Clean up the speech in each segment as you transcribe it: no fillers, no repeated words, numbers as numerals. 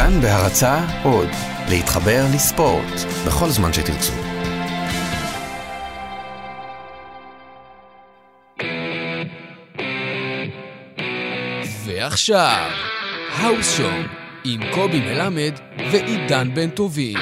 כאן בהרצאה עוד, להתחבר לספורט, בכל זמן שתרצו. ועכשיו, האוס שואו עם קובי מלמד ועידן בן טובים.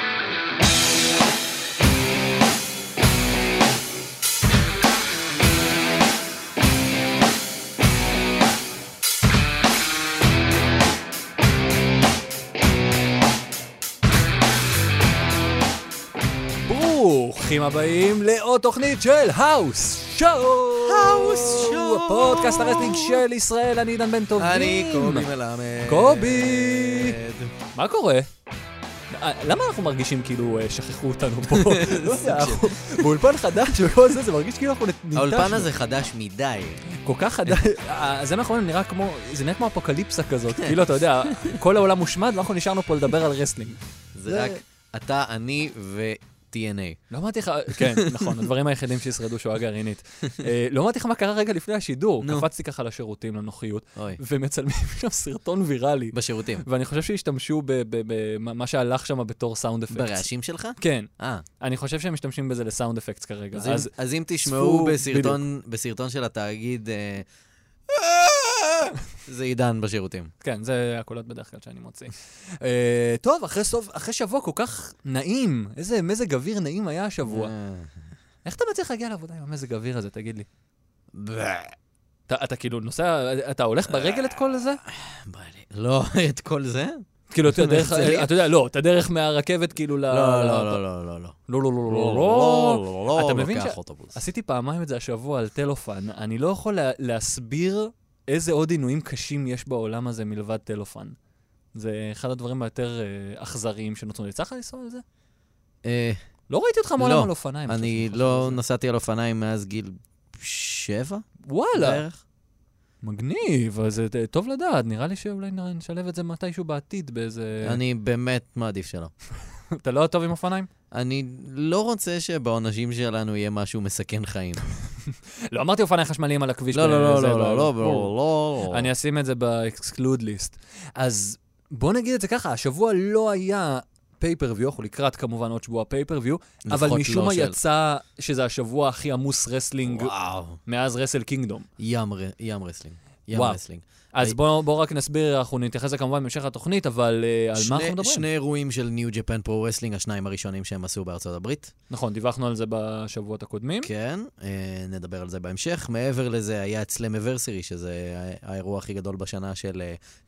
ברוכים הבאים לעוד תוכנית של האוס שואו. האוס שואו. הפודקאסט הרסלינג של ישראל, אני עידן בן טובים. אני קובי מלמד. קובי! מה קורה? למה אנחנו מרגישים כאילו שכחו אותנו פה? לא יודע, אנחנו באולפן חדש וכל זה, זה מרגיש כאילו אנחנו נטשנו. האולפן הזה חדש מדי. כל כך חדש, זה מאחורי נראה כמו, זה נראה כמו אפוקליפסה כזאת, כאילו אתה יודע, כל העולם מושמד ואנחנו נשארנו פה לדבר על רסלינג. זה רק אתה, אני ו-TNA. לא אמרתי לך, כן, נכון, הדברים היחידים שישרדו שואה גרעינית. לא אמרתי לך מה קרה רגע לפני השידור, קפצתי ככה לשירותים, לנוחיות, ומצלמים שם סרטון ויראלי. בשירותים. ואני חושב שהשתמשו במה שהלך שם בתור סאונד אפקט. ברעשים שלך? כן. אני חושב שהם משתמשים בזה לסאונד אפקט כרגע. אז אם תשמעו בסרטון של התאגיד, זה עידן בשירותים. כן, זה הקולות בדרך כלל שאני מוציא. טוב, אחרי שבוע כל כך נעים, איזה מזג אוויר נעים היה השבוע. איך אתה מצליח להגיע לעבודה עם המזג אוויר הזה, תגיד לי? אתה כאילו נוסע, אתה הולך ברגל את כל זה? לא, את כל זה? כאילו, אתה יודע, לא, אתה דרך מהרכבת כאילו ל... לא. לא. אתה מבין שעשיתי פעמיים את זה השבוע על טלופן, אני לא יכול להסביר איזה עוד עינויים קשים יש בעולם הזה מלבד טלופן. זה אחד הדברים היותר אכזריים שנוצרו. יצא לך לנסוע על זה? לא ראיתי אותך מעולם על אופניים. אני לא נסעתי על אופניים מאז גיל 7? וואלה. מגניב, אז זה טוב לדעת. נראה לי שאולי נשלב את זה מתישהו בעתיד באיזה... אני באמת מעדיף שלא. אתה לא טוב עם אופניים? אני לא רוצה שבעונשים שלנו יהיה משהו מסכן חיים. לא אמרתי אופניים חשמליים על הכביש. לא. אני אשים את זה באקסקלוד ליסט. אז בוא נגיד את זה ככה, השבוע לא היה פייפריוויו, אנחנו לקראת כמובן עוד שבוע פייפריוויו, אבל משום מה יצא שזה השבוע הכי עמוס רסלינג מאז רסל קינגדום. ים רסלינג. אז בואו רק נסביר, אנחנו נתייחס כמובן במשך התוכנית, אבל על מה אנחנו מדברים? שני אירועים של ניו ג'פן פרו רסלינג, השניים הראשונים שהם עשו בארצות הברית. נכון, דיווחנו על זה בשבועות הקודמים. כן, נדבר על זה בהמשך. מעבר לזה היה את סלאם אברסרי, שזה האירוע הכי גדול בשנה של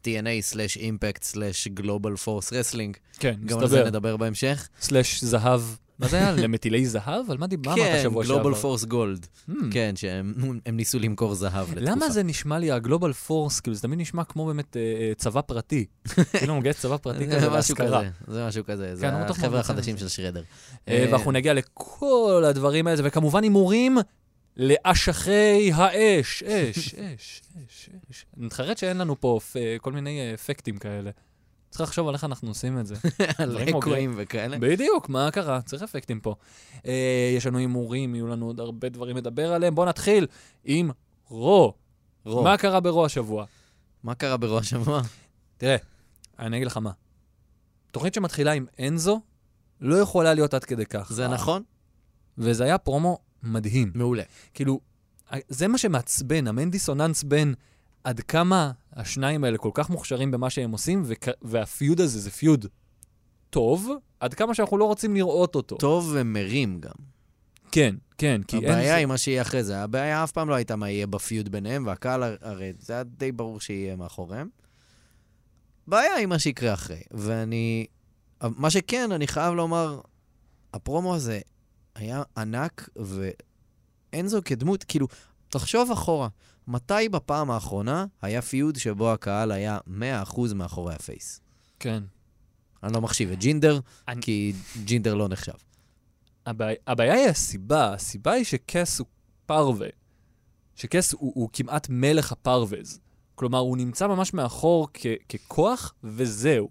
TNA/Impact/Global Force Wrestling. כן, גם על זה נדבר בהמשך. /זהב. מה זה היה? למטילי זהב? על מה אמרת שבוע שעבר? כן, Global Force Gold. כן, שהם ניסו למכור זהב לתקופה. למה זה נשמע לי, הגלובל פורס, כאילו זה תמיד נשמע כמו באמת צבא פרטי. כאילו מגייס צבא פרטי כזה בהשכרה. זה משהו כזה, זה החבר'ה החדשים של שרדר. ואנחנו נגיע לכל הדברים האלה, וכמובן הימורים לאשכי האש. אש. נתחרט שאין לנו פה כל מיני אפקטים כאלה. צריך לחשוב על איך אנחנו עושים את זה. על אקואים וכאלה. בדיוק, מה קרה? צריך אפקטים פה. יש לנו הימורים, יהיו לנו עוד הרבה דברים לדבר עליהם. בואו נתחיל עם רו. מה קרה ברו השבוע? מה קרה ברו השבוע? תראה, אני אגיד לך מה. תוכנית שמתחילה עם אנזו, לא יכולה להיות עד כדי כך. זה נכון. וזה היה פרומו מדהים. מעולה. כאילו, זה מה שמעצבן, המין דיסוננס בין עד כמה השניים האלה כל כך מוכשרים במה שהם עושים, והפיוד הזה זה פיוד טוב, עד כמה שאנחנו לא רוצים לראות אותו. טוב ומרים גם. כן. הבעיה היא מה שיהיה אחרי זה. הבעיה אף פעם לא הייתה מה יהיה בפיוד ביניהם, והקהל הרי זה היה די ברור שיהיה מאחוריהם. הבעיה היא מה שיקרה אחרי. מה שכן, אני חייב לומר, הפרומו הזה היה ענק, ואנזו כדמות, כאילו, תחשוב אחורה. מתי בפעם האחרונה היה פיוד שבו הקהל היה 100% מאחורי הפייס? כן. אני לא מחשיב את ג'ינדר, כי ג'ינדר לא נחשב. הבעיה היא הסיבה היא שקס הוא פרווה. שקס הוא כמעט מלך הפרווז. כלומר, הוא נמצא ממש מאחור ככוח, וזהו.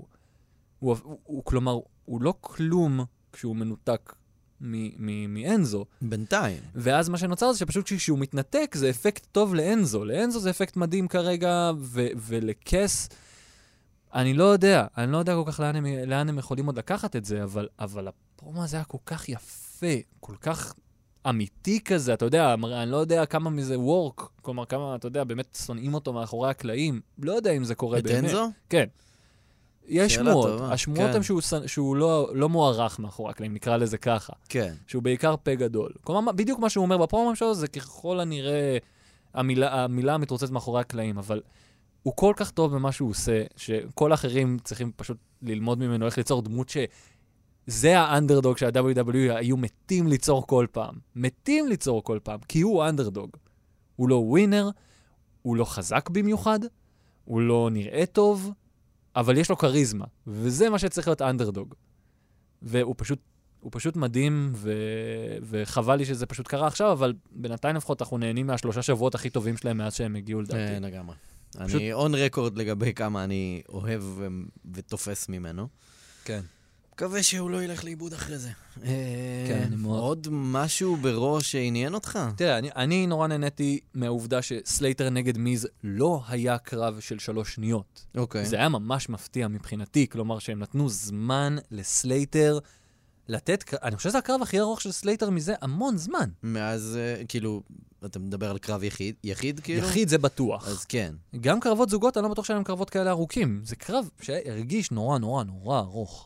כלומר, הוא לא כלום כשהוא מנותק מאנזו. בינתיים. ואז מה שנוצר זה שפשוט כשהוא מתנתק זה אפקט טוב לאנזו. לאנזו זה אפקט מדהים כרגע, ולקס אני לא יודע כל כך לאן הם יכולים עוד לקחת את זה, אבל הפרומו הזה היה כל כך יפה, כל כך אמיתי כזה, אתה יודע, אני לא יודע כמה מזה וורק, כלומר כמה, אתה יודע, באמת שונאים אותו מאחורי הקלעים, לא יודע אם זה קורה באמת. את אנזו? כן. יש שמועות, טובה. השמועות כן. הן שהוא לא מוערך מאחורי הקלעים, נקרא לזה ככה. כן. שהוא בעיקר פה גדול. כלומר, בדיוק מה שהוא אומר בפרומו שלו, זה ככל הנראה המילה המתרוצצת מאחורי הקלעים, אבל הוא כל כך טוב במה שהוא עושה, שכל האחרים צריכים פשוט ללמוד ממנו איך ליצור דמות זה האנדרדוג שה-WWE היו מתים ליצור כל פעם. מתים ליצור כל פעם, כי הוא האנדרדוג. הוא לא ווינר, הוא לא חזק במיוחד, הוא לא נראה טוב, אבל יש לו קריזמה, וזה מה שצריך להיות אנדרדוג. והוא פשוט מדהים, וחבל לי שזה פשוט קרה עכשיו, אבל בינתיים לפחות אנחנו נהנים מה3 שבועות הכי טובים שלהם מאז שהם הגיעו לדעתי. לגמרי. אני און רקורד לגבי כמה אני אוהב ותופס ממנו. כן. מקווה שהוא לא ילך לאיבוד אחרי זה. כן, אני מאוד. עוד משהו בראש שעניין אותך? תראה, אני נורא נהניתי מהעובדה שסלייטר נגד מיז לא היה קרב של 3 שניות. אוקיי. זה היה ממש מפתיע מבחינתי, כלומר שהם נתנו זמן לסלייטר לתת, אני חושב שזה הקרב הכי ארוך של סלייטר מזה המון זמן. מאז, כאילו, אתה מדבר על קרב יחיד כאילו? יחיד זה בטוח. אז כן. גם קרבות זוגות, אני לא בטוח שהם קרבות כאלה ארוכים. זה קרב שהרגיש נורא נורא נורא ארוך.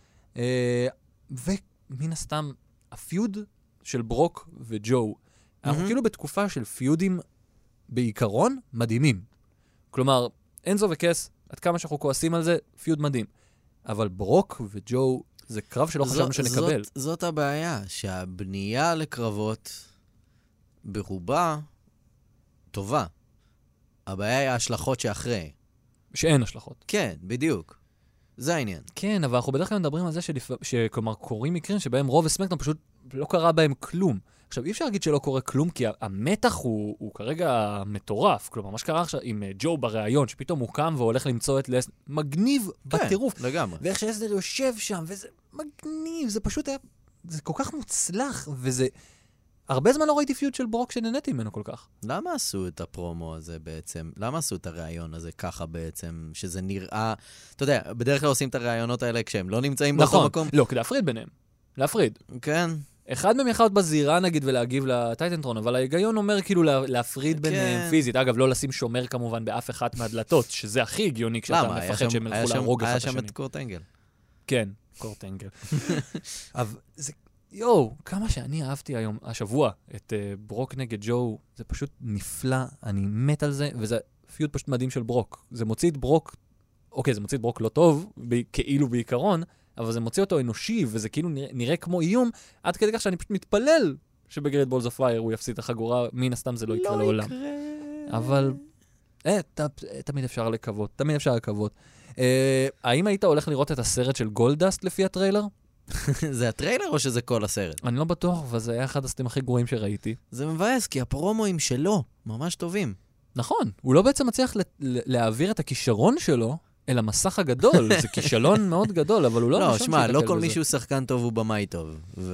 ומן הסתם, הפיוד של ברוק וג'ו, אנחנו כאילו בתקופה של פיודים בעיקרון מדהימים. כלומר, אנזו וקס, עד כמה שאנחנו כועסים על זה, פיוד מדהים. אבל ברוק וג'ו, זה קרב שלא חשבנו שנקבל. זאת הבעיה, שהבנייה לקרבות ברובה טובה. הבעיה היא ההשלכות שאחרי. שאין השלכות. כן, בדיוק. זה העניין. כן, אבל אנחנו בדרך כלל מדברים על זה שכלומר קורים מקרים שבהם רוב וסמקדאון פשוט לא קרה בהם כלום. עכשיו, אי אפשר להגיד שלא קורה כלום, כי המתח הוא כרגע מטורף. כלומר, מה שקרה עכשיו עם ג'ו בריאיון, שפתאום הוא קם והולך למצוא את לסנר, מגניב בטירוף. כן, לגמרי. ואיך שלסנר יושב שם, וזה מגניב, זה פשוט היה, זה כל כך מוצלח, וזה... הרבה זמן לא ראיתי פיוט של ברוק שנהניתי ממנו כל כך. למה עשו את הפרומו הזה בעצם? למה עשו את הרעיון הזה ככה בעצם, שזה נראה... אתה יודע, בדרך כלל עושים את הרעיונות האלה כשהם לא נמצאים באותו מקום. לא, כדי להפריד ביניהם. להפריד. כן. אחד מהם יכול להיות בזירה נגיד ולהגיב לטייטנטרון, אבל ההיגיון אומר כאילו להפריד ביניהם פיזית. אגב, לא לשים שומר כמובן באף אחת מהדלתות, שזה הכי הגיוני כשאתה מפחד שהם ילכו להרוג אחד השני. היה שם את קורט אנגל. כן, קורט אנגל. אבל זה... כמה שאני אהבתי היום, השבוע, את ברוק נגד ג'ו, זה פשוט נפלא, אני מת על זה, וזה פיוט פשוט מדהים של ברוק. זה מוציא את ברוק, זה מוציא את ברוק לא טוב, כאילו בעיקרון, אבל זה מוציא אותו אנושי, וזה כאילו נראה כמו איום, עד כדי כך שאני פשוט מתפלל שבגרייט בולס אוף פייר הוא יפסיד את החגורה, מן הסתם זה לא יקרה לעולם. לא יקרה. אבל, תמיד אפשר לקוות, האם היית הולך לראות את הסרט של גולדסט לפי הטריילר? זה הטריילר או שזה כל הסרט? אני לא בטוח, אבל זה היה אחד הסרטים הכי גרועים שראיתי. זה מבאס, כי הפרומואים שלו ממש טובים. נכון, הוא לא בעצם מצליח להעביר את הכישרון שלו אל המסך הגדול. זה כישלון מאוד גדול, אבל הוא לא... לא, שמע, לא כל מישהו שחקן טוב הוא במאי טוב,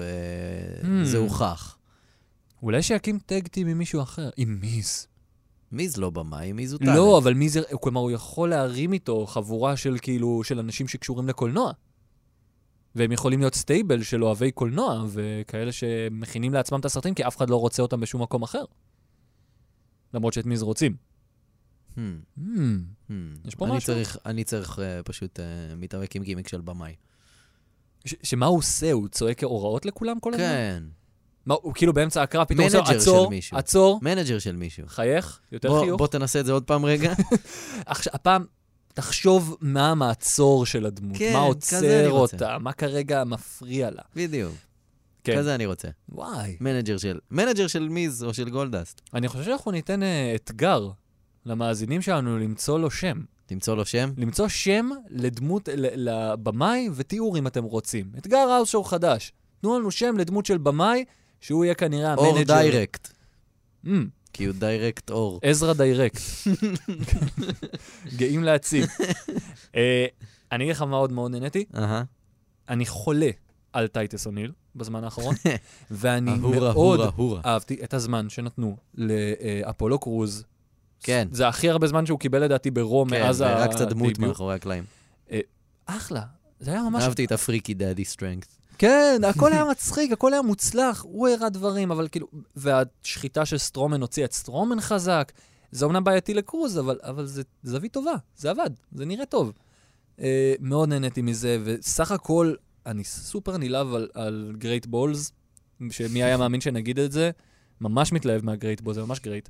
וזה הוכח. אולי שיקים טגטים עם מישהו אחר, עם מיז. מיז לא במאי, מיז הוא טלנט. לא, אבל מיז, כלומר, הוא יכול להרים איתו חבורה של כאילו, של אנשים שקשורים לקולנוע. והם יכולים להיות סטייבל של אוהבי קולנוע, וכאלה שמכינים לעצמם את הסרטים, כי אף אחד לא רוצה אותם בשום מקום אחר. למרות שאת מיז רוצים. יש פה משהו? אני צריך פשוט מתאבק עם גימיק של במאי. שמה הוא עושה? הוא צועק הוראות לכולם כל הזמן? כן. הוא כאילו באמצע הקרב, פתאום עושה, עצור. מנג'ר של מישהו. חייך, יותר חיוך. בוא תנסה את זה עוד פעם רגע. הפעם, תחשוב מה המעצור של הדמות, מה עוצר אותה, מה כרגע מפריע לה. בדיוק. כזה אני רוצה. וואי. מנג'ר של מיז או של גולדסט. אני חושב שאנחנו ניתן אתגר למאזינים שלנו למצוא לו שם. תמצוא לו שם? למצוא שם לדמות, לבמאי ותיאור אם אתם רוצים. אתגר האוס שואו חדש. תנו לנו שם לדמות של במאי, שהוא יהיה כנראה המנג'ר. אור דיירקט. כי הוא דיירקט אור. עזרא דיירקט. גאים להציג. אני אגיד לך מה עוד מאוד נהניתי. אני חולה על טייטס אוניל בזמן האחרון, ואני מאוד אהבתי את הזמן שנתנו לאפולו קרוז. כן. זה הכי הרבה זמן שהוא קיבל לדעתי ברום מאז הדיבוט. כן, רק קצת דמות מאחורי הקלעים. אחלה. זה היה ממש... אהבתי את הפריקי דאדי סטרנגט. כן, הכל היה מצחיק, הכל היה מוצלח, הוא הראה דברים, אבל כאילו... והשחיטה של סטרומן הוציא את סטרומן חזק. זה אומנם בעייתי לקרוז, אבל זה זווית טובה. זה עבד, זה נראה טוב. מאוד נהניתי מזה, וסך הכל, אני סופר נלהב על גרייט בולס, שמי היה מאמין שנגיד את זה, ממש מתלהב מהגרייט בולס, זה ממש גרייט.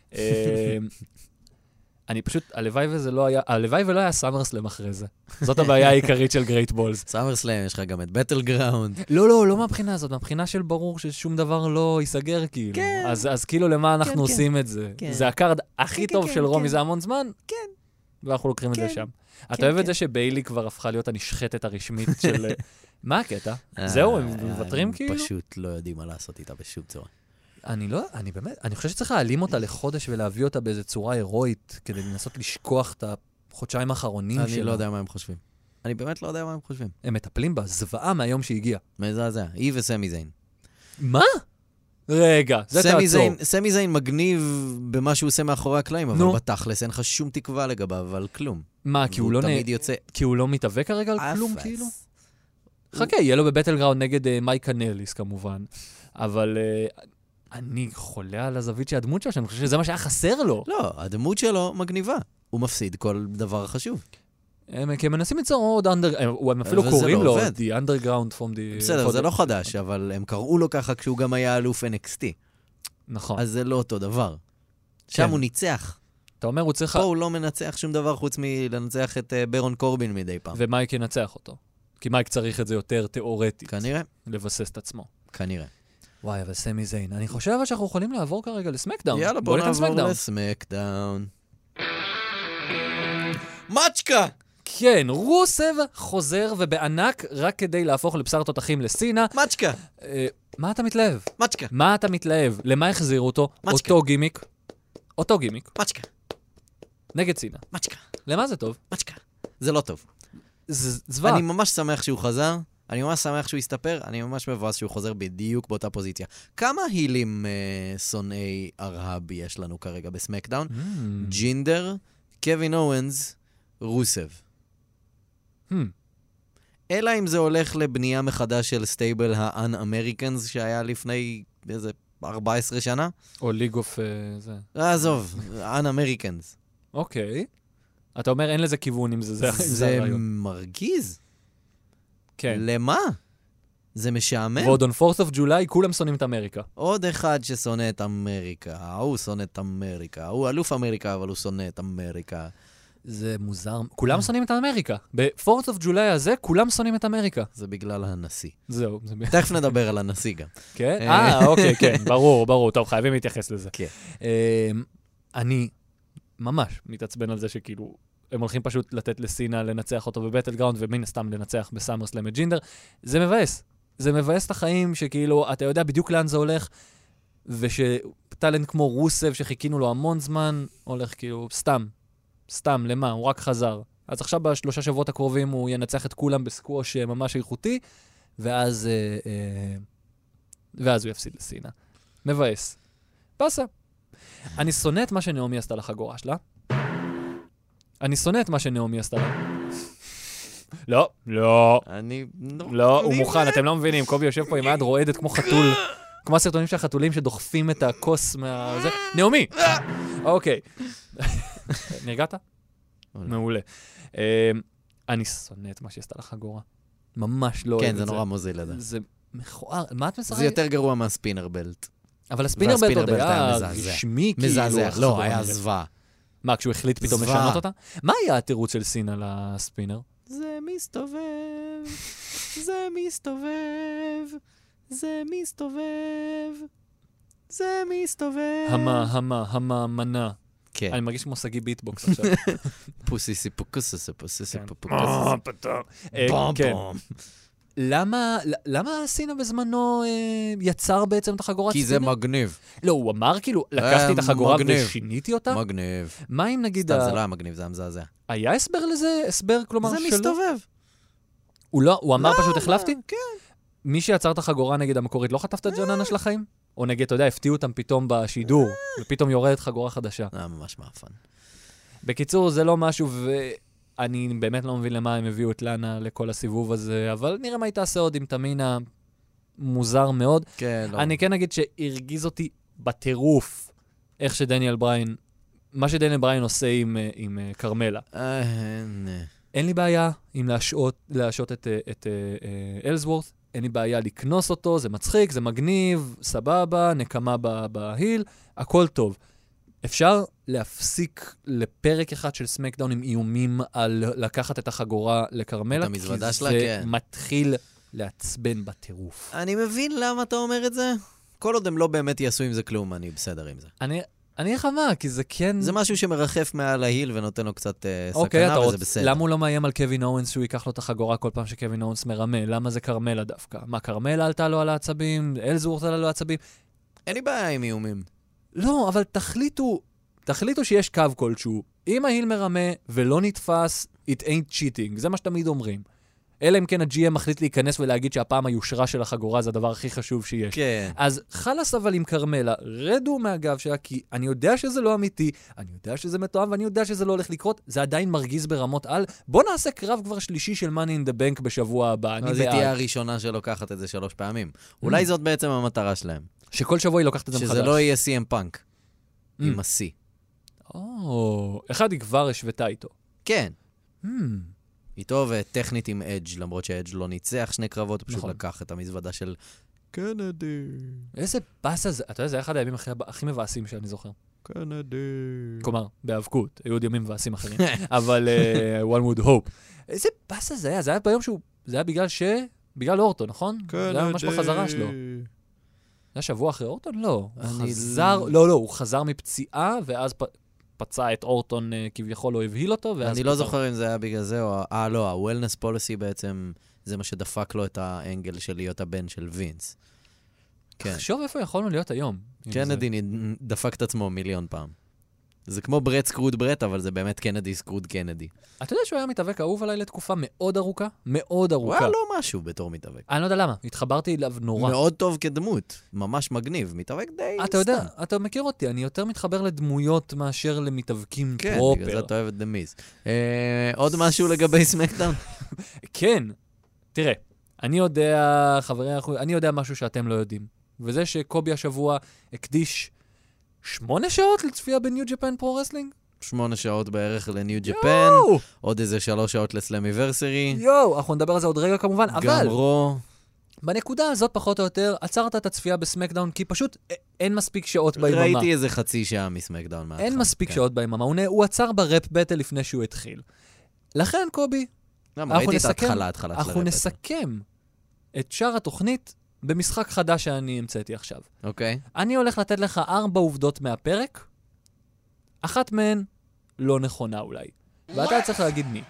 אני פשוט, הלוואי ולא היה סאמרסלם אחרי זה. זאת הבעיה העיקרית של גרייט בולס. סאמרסלם, יש לך גם את בטל גראונד. לא מהבחינה הזאת, מהבחינה של ברור ששום דבר לא ייסגר כאילו. כן. אז כאילו למה אנחנו עושים את זה? כן. זה הקארד הכי טוב כן, של רומי כן. זה המון זמן? כן. ואנחנו לוקחים את זה שם. אתה אוהב את זה שביילי כבר הפכה להיות הנשחטת הרשמית של... מה הקטע? זהו, הם מוותרים כאילו? הם פשוט לא יודעים מה לעשות איתה בשום צורה. אני באמת, אני חושב שצריך להעלים אותה לחודש ולהביא אותה באיזו צורה הירואית, כדי לנסות לשכוח את החודשיים האחרונים שלה. אני לא יודע מה הם חושבים. אני באמת לא יודע מה הם חושבים. הם מטפלים בה, זוועה מהיום שהגיעה. מזעזע. היא וסמי זיין. מה? רגע, זה תעצור. סמי זיין מגניב במה שהוא עושה מאחורי הקלעים, אבל בתכלס אין לך שום תקווה לגביו על כלום. מה, כי הוא לא מתאבק כרגע על כלום כאילו? חכה, יהיה לו בבטל גראונד נגד מייקה נליס כמובן, אבל אני חולה על הזווית של הדמות שלו, שאני חושב שזה מה שהיה חסר לו. לא, הדמות שלו מגניבה. הוא מפסיד כל דבר חשוב. כי הם מנסים ליצור עוד הם אפילו קוראים לו The Underground from the... בסדר, זה לא חדש, אבל הם קראו לו ככה כשהוא גם היה אלוף NXT. נכון. אז זה לא אותו דבר. שם הוא ניצח. אתה אומר, הוא צריך... פה הוא לא מנצח שום דבר חוץ מלנצח את ברון קורבין מדי פעם. ומייק ינצח אותו. כי מייק צריך את זה יותר תיאורטית. כנראה. לבסס את עצמו. כנראה. וואי, אבל סמי זיין. אני חושב שאנחנו יכולים לעבור כרגע לסמקדאון. יאללה, בוא נעבור לסמקדאון. מצ'קה! כן, רוסב חוזר ובענק רק כדי להפוך לבשר תותחים לסינה. מצ'קה! מה אתה מתלהב? מצ'קה. מה אתה מתלהב? למה החזירו אותו? מצ'קה. אותו גימיק. מצ'קה. נגד סינה. מצ'קה. למה זה טוב? מצ'קה. זה לא טוב. זווה. אני ממש שמח שהוא חזר. אני ממש שמח שהוא יסתפר, אני ממש מבואס שהוא חוזר בדיוק באותה פוזיציה. כמה הילים שונאי ארהב יש לנו כרגע בסמקדאון? ג'ינדר, קווין אוונס, רוסב. אלא אם זה הולך לבנייה מחדש של סטייבל האן-אמריקנס שהיה לפני איזה 14 שנה? או ליג אוף זה. עזוב, האן-אמריקנס. אוקיי. אתה אומר אין לזה כיוון אם זה הרעיון. זה מרגיז. כן. למה? זה משעמם. ועוד on 4th of July כולם שונאים את אמריקה. עוד אחד ששונא את אמריקה. הוא שונא את אמריקה. הוא אלוף אמריקה, אבל הוא שונא את אמריקה. זה מוזר. כולם שונאים את אמריקה. ב-4th of July הזה כולם שונאים את אמריקה. זה בגלל הנשיא. זהו. תכף נדבר על הנשיא גם. כן? אוקיי, כן. ברור. טוב, חייבים להתייחס לזה. כן. אני ממש מתעצבן על זה שכאילו... הם הולכים פשוט לתת לסינה לנצח אותו בבטל גראונד, ומן הסתם לנצח בסאמרסלאם את ג'ינדר. זה מבאס. זה מבאס את החיים שכאילו, אתה יודע בדיוק לאן זה הולך, ושטלנט כמו רוסב, שחיכינו לו המון זמן, הולך כאילו, סתם, למה? הוא רק חזר. אז עכשיו בשלושה שבועות הקרובים הוא ינצח את כולם בסקווש ממש איכותי, ואז הוא יפסיד לסינה. מבאס. בסה. אני שונא את מה שנעמי עשתה לחגורה שלה. אני שונא את מה שנעמי עשתה לה. לא. הוא מוכן, אתם לא מבינים. קובי יושב פה עם יד רועדת כמו חתול. כמו הסרטונים של החתולים שדוחפים את הכוס מהזה. נעמי! אוקיי. נרגעת? מעולה. אני שונא את מה שעשתה לחגורה. ממש לא אוהב את זה. כן, זה נורא מוזיל לדעת. זה מכוער. מה את משחקת? זה יותר גרוע מהספינר בלט. אבל הספינר בלט עוד היה רשמי כאילו. מזעזע. לא, היה זוועה. מה, כשהוא החליט פתאום לשנות אותה? מה היה התירוץ של סינה לספינר? זה מסתובב. המנה. כן. אני מרגיש כמו סגי ביטבוקס עכשיו. פוסי סיפוקוס. כן. למה סינה בזמנו יצר בעצם את החגורת ספינר? כי זה מגניב. לא, הוא אמר כאילו, לקחתי את החגורה ושיניתי אותה? מגניב. מה אם נגיד... סתם, זה לא היה מגניב, זה היה מזעזע. היה הסבר לזה? הסבר כלומר שלא? זה מסתובב. הוא אמר פשוט החלפתי? כן. מי שיצר את החגורה נגיד המקורית לא חטף את הג'ננה של החיים? או נגיד, אתה יודע, הפתיעו אותם פתאום בשידור, ופתאום יורדת חגורה חדשה. ממש מאפן. בקיצור, זה לא משהו, אני באמת לא מבין למה הם הביאו את לאנה לכל הסיבוב הזה, אבל נראה מה היא תעשה עוד עם תמינה מוזר מאוד. כן, לא. אני כן אגיד שהרגיז אותי בטירוף, איך שדניאל בריין, מה שדניאל בריין עושה עם קרמלה. אין לי בעיה עם להשעות את אלסוורת', אין לי בעיה לקנוס אותו, זה מצחיק, זה מגניב, סבבה, נקמה בהיל, הכל טוב. אפשר להפסיק לפרק אחד של סמקדאון עם איומים על לקחת את החגורה לקרמלה, את המזוודה שלה, זה כן. מתחיל לעצבן בטירוף. אני מבין למה אתה אומר את זה. כל עוד הם לא באמת יעשו עם זה כלום, אני בסדר עם זה. אני איך אמר, כי זה כן... זה משהו שמרחף מעל ההיל ונותן לו קצת אוקיי, סכנה, וזה בסדר. למה הוא לא מאיים על קווין אורנס שהוא ייקח לו את החגורה כל פעם שקווין אורנס מרמה? למה זה קרמלה דווקא? מה, קרמלה עלתה לו על העצבים? אלסוורת' עלה לו על העצבים? אין לי בעיה עם איומים. לא, אבל תחליטו שיש קו כלשהו. אם ההיל מרמה ולא נתפס, it ain't cheating. זה מה שתמיד אומרים. אלא אם כן ה-GM מחליט להיכנס ולהגיד שהפעם היושרה של החגורה זה הדבר הכי חשוב שיש. כן. אז חלס אבל עם קרמלה, רדו מהגב שלה, כי אני יודע שזה לא אמיתי, אני יודע שזה מתואם, ואני יודע שזה לא הולך לקרות, זה עדיין מרגיז ברמות על. בוא נעשה קרב כבר שלישי של Money in the Bank בשבוע הבא, אני בעד. אז היא תהיה הראשונה שלוקחת את זה 3 פעמים. אולי זאת בעצם המטרה שלהם. שכל שבוע היא לוקחת את זה מחדש. שזה לא יהיה CM פאנק. עם ה-C. אחד היא כבר השוותה איתו. כן. איתו וטכנית עם אדג', למרות שאדג' לא ניצח 2 קרבות, הוא פשוט לקח את המזוודה של קנדי. איזה פסה זה, אתה יודע, זה אחד הימים הכי מבאסים שאני זוכר. קנדי. כלומר, בהאבקות, היו עוד ימים מבאסים אחרים. אבל one would hope. איזה פסה זה היה? זה היה ביום שהוא, זה היה בגלל אורטון, נכון? קנדי. זה היה ממש בחזרה שלו. זה היה שבוע אחרי אורטון? לא. הוא חזר מפציעה, ואז פצע את אורטון כביכול, או הבהיל אותו, אני לא זוכר אם זה היה בגלל זה, או... לא, ה-Wellness Policy בעצם, זה מה שדפק לו את האנגל של להיות הבן של וינס. כן. חשוב איפה יכולנו להיות היום. קנדי דפק את עצמו 1,000,000 פעם. זה כמו ברט סקרוד ברט, אבל זה באמת קנדי סקרוד קנדי. אתה יודע שהוא היה מתאבק אהוב עליי לתקופה מאוד ארוכה? מאוד ארוכה. הוא היה לא משהו בתור מתאבק. אני לא יודע למה, התחברתי אליו נורא. מאוד טוב כדמות, ממש מגניב, מתאבק די סתם. אתה יודע, אתה מכיר אותי, אני יותר מתחבר לדמויות מאשר למתאבקים פרופר. כן, בגלל זה אתה אוהב את דמיז. עוד משהו לגבי סמקדאון? כן, תראה, אני יודע משהו שאתם לא יודעים, וזה שקובי השבוע הקדיש 8 שעות לצפייה בניו ג'פן פרו-רסלינג? 8 שעות בערך לניו ג'פן, עוד איזה 3 שעות לסלמיברסרי. אנחנו נדבר על זה עוד רגע כמובן, אבל... גם רו. בנקודה הזאת פחות או יותר, עצרת את הצפייה בסמקדאון, כי פשוט אין מספיק שעות ביממה. ראיתי איזה חצי שעה מסמקדאון מהתחלה. אין מספיק שעות ביממה, הוא עצר ברפ בטל לפני שהוא התחיל. לכן, קובי, אנחנו נסכם את שאר התוכנית במשחק חדש שאני המצאתי עכשיו. אוקיי. אני הולך לתת לך 4 עובדות מהפרק, אחת מהן לא נכונה אולי. ואתה צריך להגיד מי.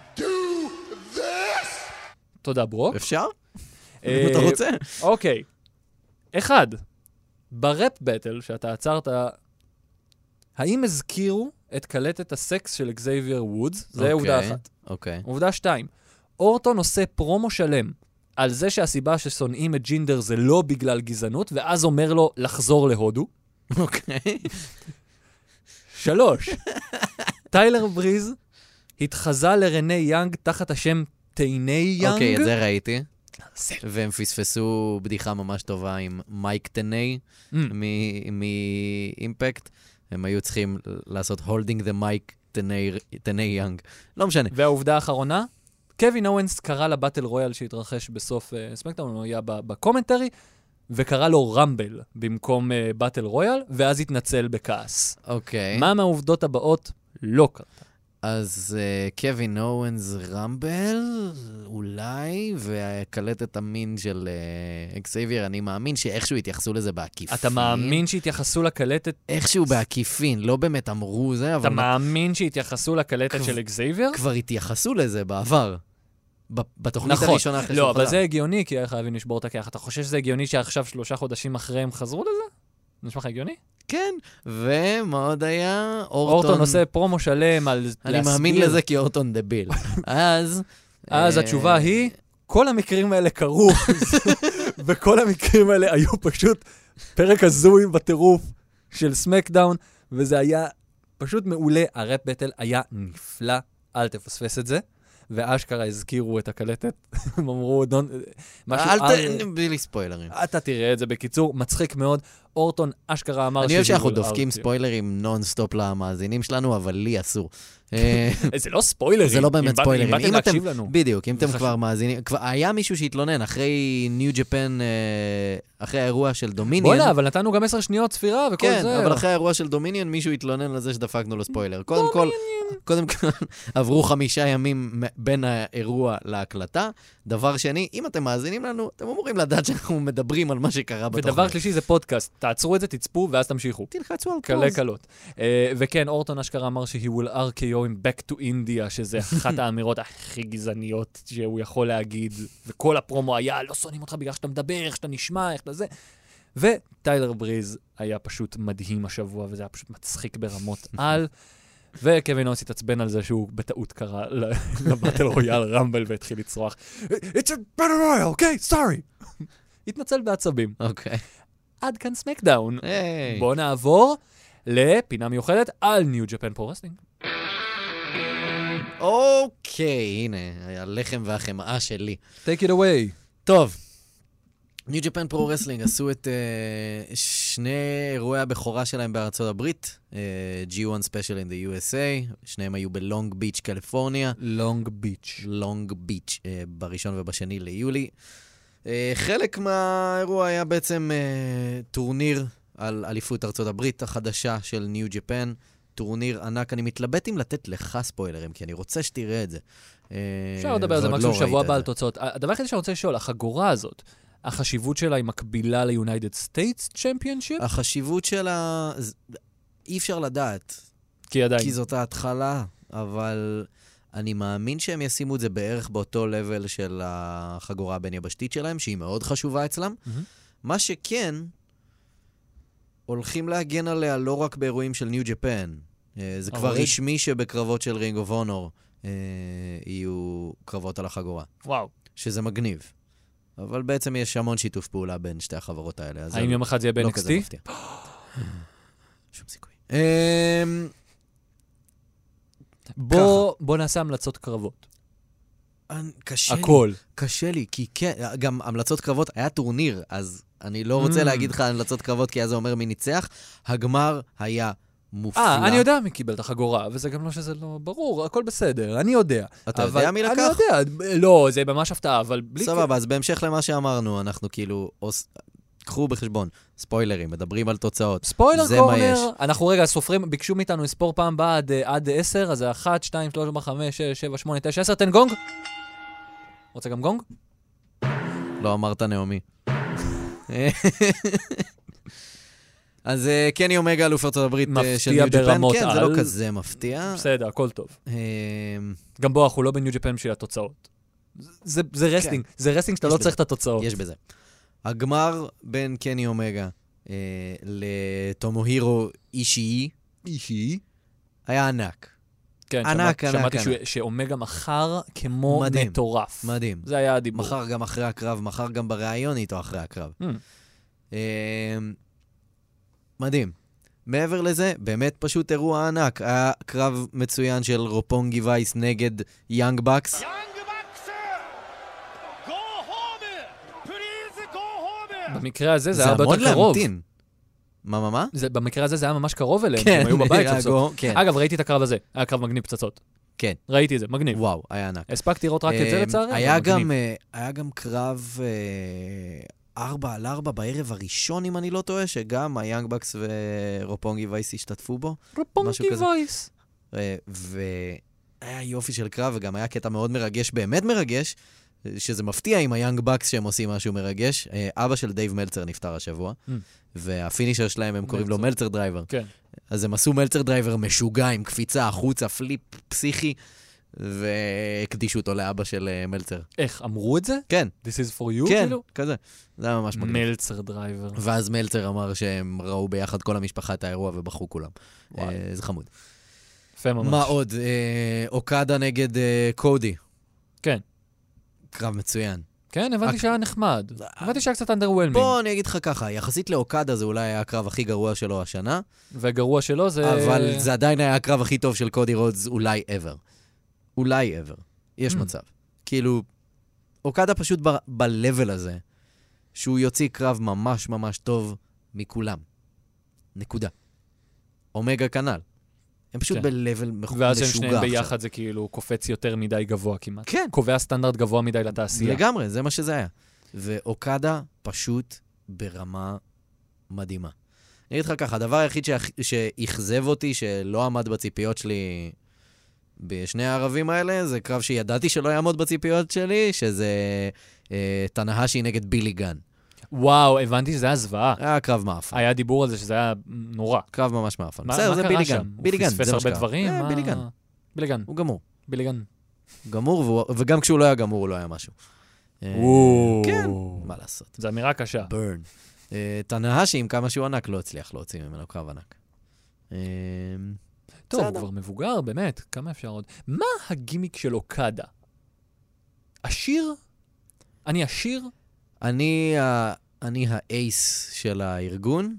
תודה, ברוק. אפשר? אם אתה רוצה. אוקיי. 1. ברפ בטל שאתה עצרת, האם הזכירו את קלטת הסקס של אקזייביר וודס? זה עובדה אחת. אוקיי. עובדה 2. אורטון עושה פרומו שלם על זה שהסיבה ששונאים את ג'ינדר זה לא בגלל גזענות, ואז אומר לו לחזור להודו. אוקיי. 3. טיילר בריז התחזה לרני יאנג תחת השם טייני יאנג. אוקיי, את זה ראיתי. והם פספסו בדיחה ממש טובה עם מייק טני מאימפקט. הם היו צריכים לעשות holding the mic טני יאנג. לא משנה. והעובדה האחרונה, קווין אורנס קרא לבטל רויאל שהתרחש בסוף סמקדאון, הוא היה בקומנטרי, וקרא לו רמבל במקום באטל רויאל, ואז התנצל בכעס. אוקיי. מה מהעובדות הבאות לא קרתה? אז קווין אורנס רמבל, אולי, וקלטת המין של אקסייביר, אני מאמין שאיכשהו התייחסו לזה בעקיפין. אתה מאמין שהתייחסו לקלטת? איכשהו בעקיפין, לא באמת אמרו זה, אבל... אתה מאמין שהתייחסו לקלטת של אקסייביר? כבר התייחסו לזה בעבר. בתוכנית הראשונה אחרי שהוא לא, אבל זה הגיוני, כי היה חייבים לשבור את הכח. אתה חושב שזה הגיוני שעכשיו 3 חודשים אחרי הם חזרו לזה? נשמע לך הגיוני? כן, ומה עוד היה? אורטון עושה פרומו שלם על להסביר. אני מאמין לזה כי אורטון דביל. אז התשובה היא, כל המקרים האלה קרו, וכל המקרים האלה היו פשוט פרק הזוי בטירוף של סמקדאון, וזה היה פשוט מעולה. הרפ בטל היה נפלא, אל תפספס את זה. ואשכרה הזכירו את הקלטת. הם אמרו, בלי ספוילרים. אתה תראה את זה בקיצור, מצחיק מאוד. אורטון אשכרה אמר אני אוהב שאנחנו דופקים ספוילרים נונסטופ למאזינים שלנו, אבל לי אסור. זה לא ספוילרים. זה לא באמת ספוילרים. אם באתם להקשיב לנו. בדיוק, אם אתם כבר מאזינים. היה מישהו שהתלונן אחרי ניו ג'פן, אחרי האירוע של דומיניון. בוא'לה, אבל נתנו גם 10 שניות ספירה וכל זה. כן, אבל אחרי האירוע של דומיניון, מישהו התלונן לזה שדפקנו לו ספוילר. קודם כל, עברו 5 ימים בין האירוע להקלטה. דבר שני, אם אתם מאזינים לנו, אתם אמורים לדעת שאנחנו מדברים על מה שקרה בתוכנית. ודבר שלישי זה פודקאסט. תעצרו את זה, תצפו, ואז תמשיכו. תלחצו על פוז. קלה קלות. וכן, אורטון אשכרה אמר ש-he will RKO him back to India, שזה אחת האמירות הכי גזעניות שהוא יכול להגיד, וכל הפרומו היה, לא שונאים אותך בגלל שאתה מדבר, איך שאתה נשמע, איך אתה זה. וטיילר בריז היה פשוט מדהים השבוע, וזה היה פשוט מצחיק ברמות על. וקווין אוס התעצבן על זה שהוא בטעות קרא לבטל רויאל רמבל והתחיל לצרוח, It's a battle royal, okay, sorry. התנצל בעצבים. אוקיי. עד כאן סמקדאון. היי. בואו נעבור לפינה מיוחדת על ניו ג'פן פרו רסלינג. אוקיי, הנה, הלחם והחמאה שלי. Take it away. טוב, ניו ג'פן פרו רסלינג עשו את שני אירועי הבכורה שלהם בארצות הברית, G1 Special in the USA, שניהם היו בלונג ביץ', קליפורניה. לונג ביץ'. לונג ביץ', בראשון ובשני ליולי. חלק מהאירוע היה בעצם טורניר על אליפות ארצות הברית החדשה של ניו ג'פן, טורניר ענק. אני מתלבט אם לתת לך ספוילרים, כי אני רוצה שתראה את זה. אפשר לדבר על זה משהו שבוע הבא על תוצאות. הדבר הכי שאני רוצה לשאול, החגורה הזאת, החשיבות שלה היא מקבילה ל-United States Championship? החשיבות שלה, אי אפשר לדעת. כי עדיין. כי זאת ההתחלה, אבל אני מאמין שהם ישימו את זה בערך באותו לבל של החגורה הבין-יבשתית שלהם, שהיא מאוד חשובה אצלם. מה שכן, הולכים להגן עליה לא רק באירועים של ניו ג'פן. זה כבר רשמי שבקרבות של רינג אוף אונור יהיו קרבות על החגורה. וואו. שזה מגניב. אבל בעצם יש המון שיתוף פעולה בין שתי החברות האלה. האם יום אחד זה יהיה ב-NXT? לא כזה מפתיע. שום סיכוי. בוא נעשה המלצות קרבות. קשה לי. הכל. קשה לי, כי כן, גם המלצות קרבות היה טורניר, אז אני לא רוצה להגיד לך המלצות קרבות, כי אז זה אומר מי ניצח. הגמר היה מופלא. אני יודע מי קיבל את החגורה, וזה גם לא שזה לא ברור, הכל בסדר, אני יודע. אתה יודע מי לקח? אני יודע, לא, זה ממש הפתעה, אבל בלי... סבבה, אז בהמשך למה שאמרנו, אנחנו כאילו, קחו בחשבון, ספוילרים, מדברים על תוצאות. ספוילר קורנר, אנחנו רגע סופרים, ביקשו מאיתנו לספור פעם באה עד 10, אז זה 1, 2, 3, 4, 5, 6, 7, 8, 9, 10, תן גונג? רוצה גם גונג? לא אמרת נעמי. אז קני אומגה אלוף ארצות הברית של ניו ג'פן, כן, זה לא כזה מפתיע. בסדר, הכל טוב. גם בוא, אנחנו לא בניו ג'פן בשביל התוצאות. זה רסלינג, זה רסלינג שאתה לא צריך את התוצאות. יש בזה. הגמר בין קני אומגה לטומוהירו אישי היה ענק. כן, שמעתי שאומגה מחר כמו מטורף. מדהים. זה היה הדיבור. מחר גם אחרי הקרב, מחר גם בראיון איתו אחרי הקרב. מדהים. מעבר לזה, באמת פשוט אירוע ענק. היה קרב מצוין של רופונגי וייס נגד יאנג בקס. במקרה הזה זה היה הרבה יותר קרוב. מה? במקרה הזה זה היה ממש קרוב אליהם, הם היו בבית סוף. כן. אגב, ראיתי את הקרב הזה, היה קרב מגניב פצצות. כן. ראיתי את זה, מגניב. וואו, היה ענק. הספקתי לראות רק את זה לצערי, היה גם קרב 4-4 בערב הראשון, אם אני לא טועה, שגם היאנג בקס ורופונגי וייס השתתפו בו. רופונגי וייס. והיה יופי של קרב, וגם היה קטע מאוד מרגש, באמת מרגש, שזה מפתיע עם היאנג בקס שהם עושים משהו מרגש. אבא של דייב מלצר נפטר השבוע, והפינישר שלהם הם קוראים לו מלצר דרייבר. כן. אז הם עשו מלצר דרייבר משוגע עם קפיצה החוצה, פליפ פסיכי, והקדישו אותו לאבא של מלצר. איך, אמרו את זה? כן. This is for you? כן, כזה. זה היה ממש מגניב. מלצר דרייבר. ואז מלצר אמר שהם ראו ביחד כל המשפחה את האירוע ובחרו כולם. זה חמוד. יפה ממש. מה עוד? אוקדה נגד קודי. כן. קרב מצוין. כן, הבנתי שהיה נחמד. הבנתי שהיה קצת אנדרוולמינג. בוא אני אגיד לך ככה, יחסית לאוקדה זה אולי היה הקרב הכי גרוע שלו השנה. והגרוע שלו זה... אבל זה עדיין היה הקרב הכי טוב של קודי רודס, אולי ever. אולי ever. יש מצב. כאילו, אוקדה פשוט ב-level הזה, שהוא יוציא קרב ממש ממש טוב מכולם. נקודה. אומגה כנ"ל. הם פשוט ב-level משוגע. ואז הם שניהם ביחד זה כאילו קופץ יותר מדי גבוה כמעט. כן. קובע סטנדרט גבוה מדי לתעשייה. לגמרי, זה מה שזה היה. ואוקדה פשוט ברמה מדהימה. אני אגיד לך ככה, הדבר היחיד שאכזב אותי, שלא עמד בציפיות שלי בשני הערבים האלה, זה קרב שידעתי שלא יעמוד בציפיות שלי, שזה תנהשי נגד בילי גן. וואו, הבנתי שזה היה זוועה. היה קרב מאפן. היה דיבור על זה שזה היה נורא. קרב ממש מאפן. בסדר, זה בילי גן. בילי גן, הוא פספס הרבה דברים? בילי גן. בילי גן. הוא גמור. בילי גן. גמור, וגם כשהוא לא היה גמור, הוא לא היה משהו. כן, מה לעשות. זו אמירה קשה. ברן. תנהשי, עם כמה שהוא ענק, לא הצליח להוציא ממנו קרב ענק. טוב, הוא כבר מבוגר, באמת, כמה אפשר עוד? מה הגימיק של אוקדה? עשיר? אני עשיר? אני האייס של הארגון,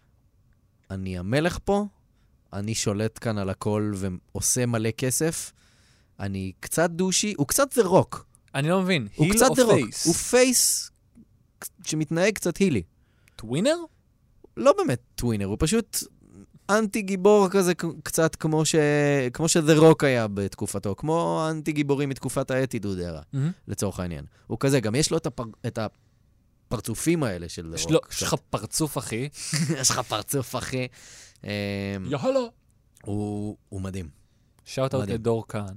אני המלך פה, אני שולט כאן על הכל ועושה מלא כסף, אני קצת דושי, הוא קצת The Rock. אני לא מבין, הוא היל קצת או The Rock. פייס? הוא פייס שמתנהג קצת הילי. טווינר? לא באמת טווינר, הוא פשוט אנטי גיבור כזה, קצת כמו ש-The Rock היה בתקופתו, כמו אנטי גיבורים מתקופת האטיטוד ארה, לצורך העניין. הוא כזה, גם יש לו את הפרצופים האלה של The Rock. יש לך פרצוף, אחי. יש לך פרצוף, אחי. יאללה. הוא מדהים. שאוט אאוט לדור כאן.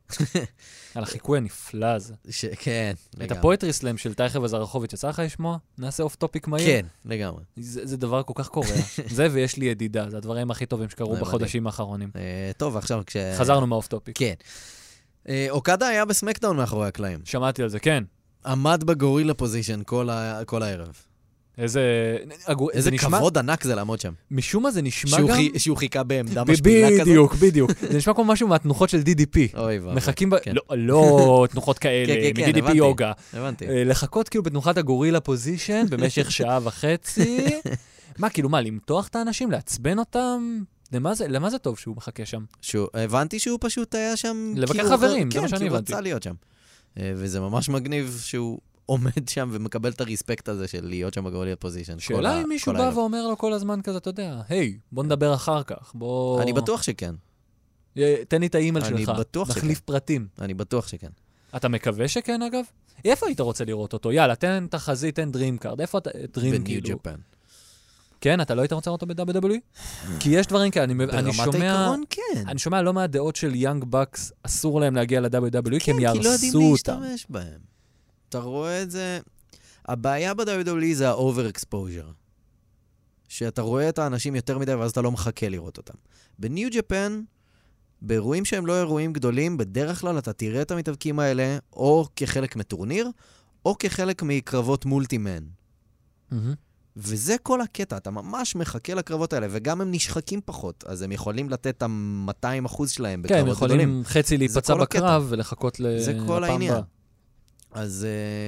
על החיקוי הנפלא הזה. כן, את לגמרי. הפואטרי סלאם של טייכר וזרחוביץ' יצא לך לשמוע? נעשה אוף טופיק מהיר? כן, לגמרי. זה דבר כל כך קורע. זה ויש לי ידידה, זה הדברים הכי טובים שקרו בחודשים האחרונים. טוב, עכשיו חזרנו מהאוף טופיק. כן. אוקדה היה בסמקדאון מאחורי הקלעים. שמעתי על זה, כן. עמד בגורילה פוזיישן כל הערב. איזה כבוד ענק זה לעמוד שם. משום מה זה נשמע גם... שהוא חיכה בעמדה משפילה כזאת. בדיוק. זה נשמע כמו משהו מהתנוחות של DDP. אוי ואבוי. מחכים לא תנוחות כאלה, מ-DDP יוגה. הבנתי. לחכות כאילו בתנוחת הגורילה פוזיישן במשך שעה וחצי. מה, כאילו מה, למתוח את האנשים, לעצבן אותם? למה זה טוב שהוא מחכה שם? הבנתי שהוא פשוט היה שם... לבקר חברים, זה מה שאני כן, כי הוא הבנתי. רצה להיות שם. וזה ממש מגניב שהוא עומד שם ומקבל את הריספקט הזה של להיות שם בגורילה פוזיישן. שאלה אם מישהו בא ואומר לו כל הזמן כזה, אתה יודע, היי, בוא נדבר אחר כך, בוא... אני בטוח שכן. תן לי את האימייל שלך. אני בטוח שכן. נחליף פרטים. אני בטוח שכן. אתה מקווה שכן, אגב? איפה היית רוצה לראות אותו? יאללה, תן תחזית, תן דרים קארד. איפה אתה... דרים כאילו? בניו ג'פן. כן, אתה לא היית רוצה לראות אותו ב-WWE? כי יש דברים כאלה, אני שומע... ברמת העיקרון, כן. אני שומע לא מהדעות של יאנג בקס, אסור להם להגיע ל-WWE, כי הם כן, כי לא יודעים ירסו אותם. להשתמש בהם. אתה רואה את זה... הבעיה ב-WWE זה ה-over-exposure. שאתה רואה את האנשים יותר מדי, ואז אתה לא מחכה לראות אותם. בניו ג'פן, באירועים שהם לא אירועים גדולים, בדרך כלל אתה תראה את המתאבקים האלה, או כחלק מטורניר, או כחלק מקרבות מולטימן. וזה כל הקטע, אתה ממש מחכה לקרבות האלה, וגם הם נשחקים פחות, אז הם יכולים לתת את ה-200% שלהם בקרבות גדולים. כן, הם יכולים חצי להיפצע בקרב ולחכות לפעם הבאה. זה כל העניין. אז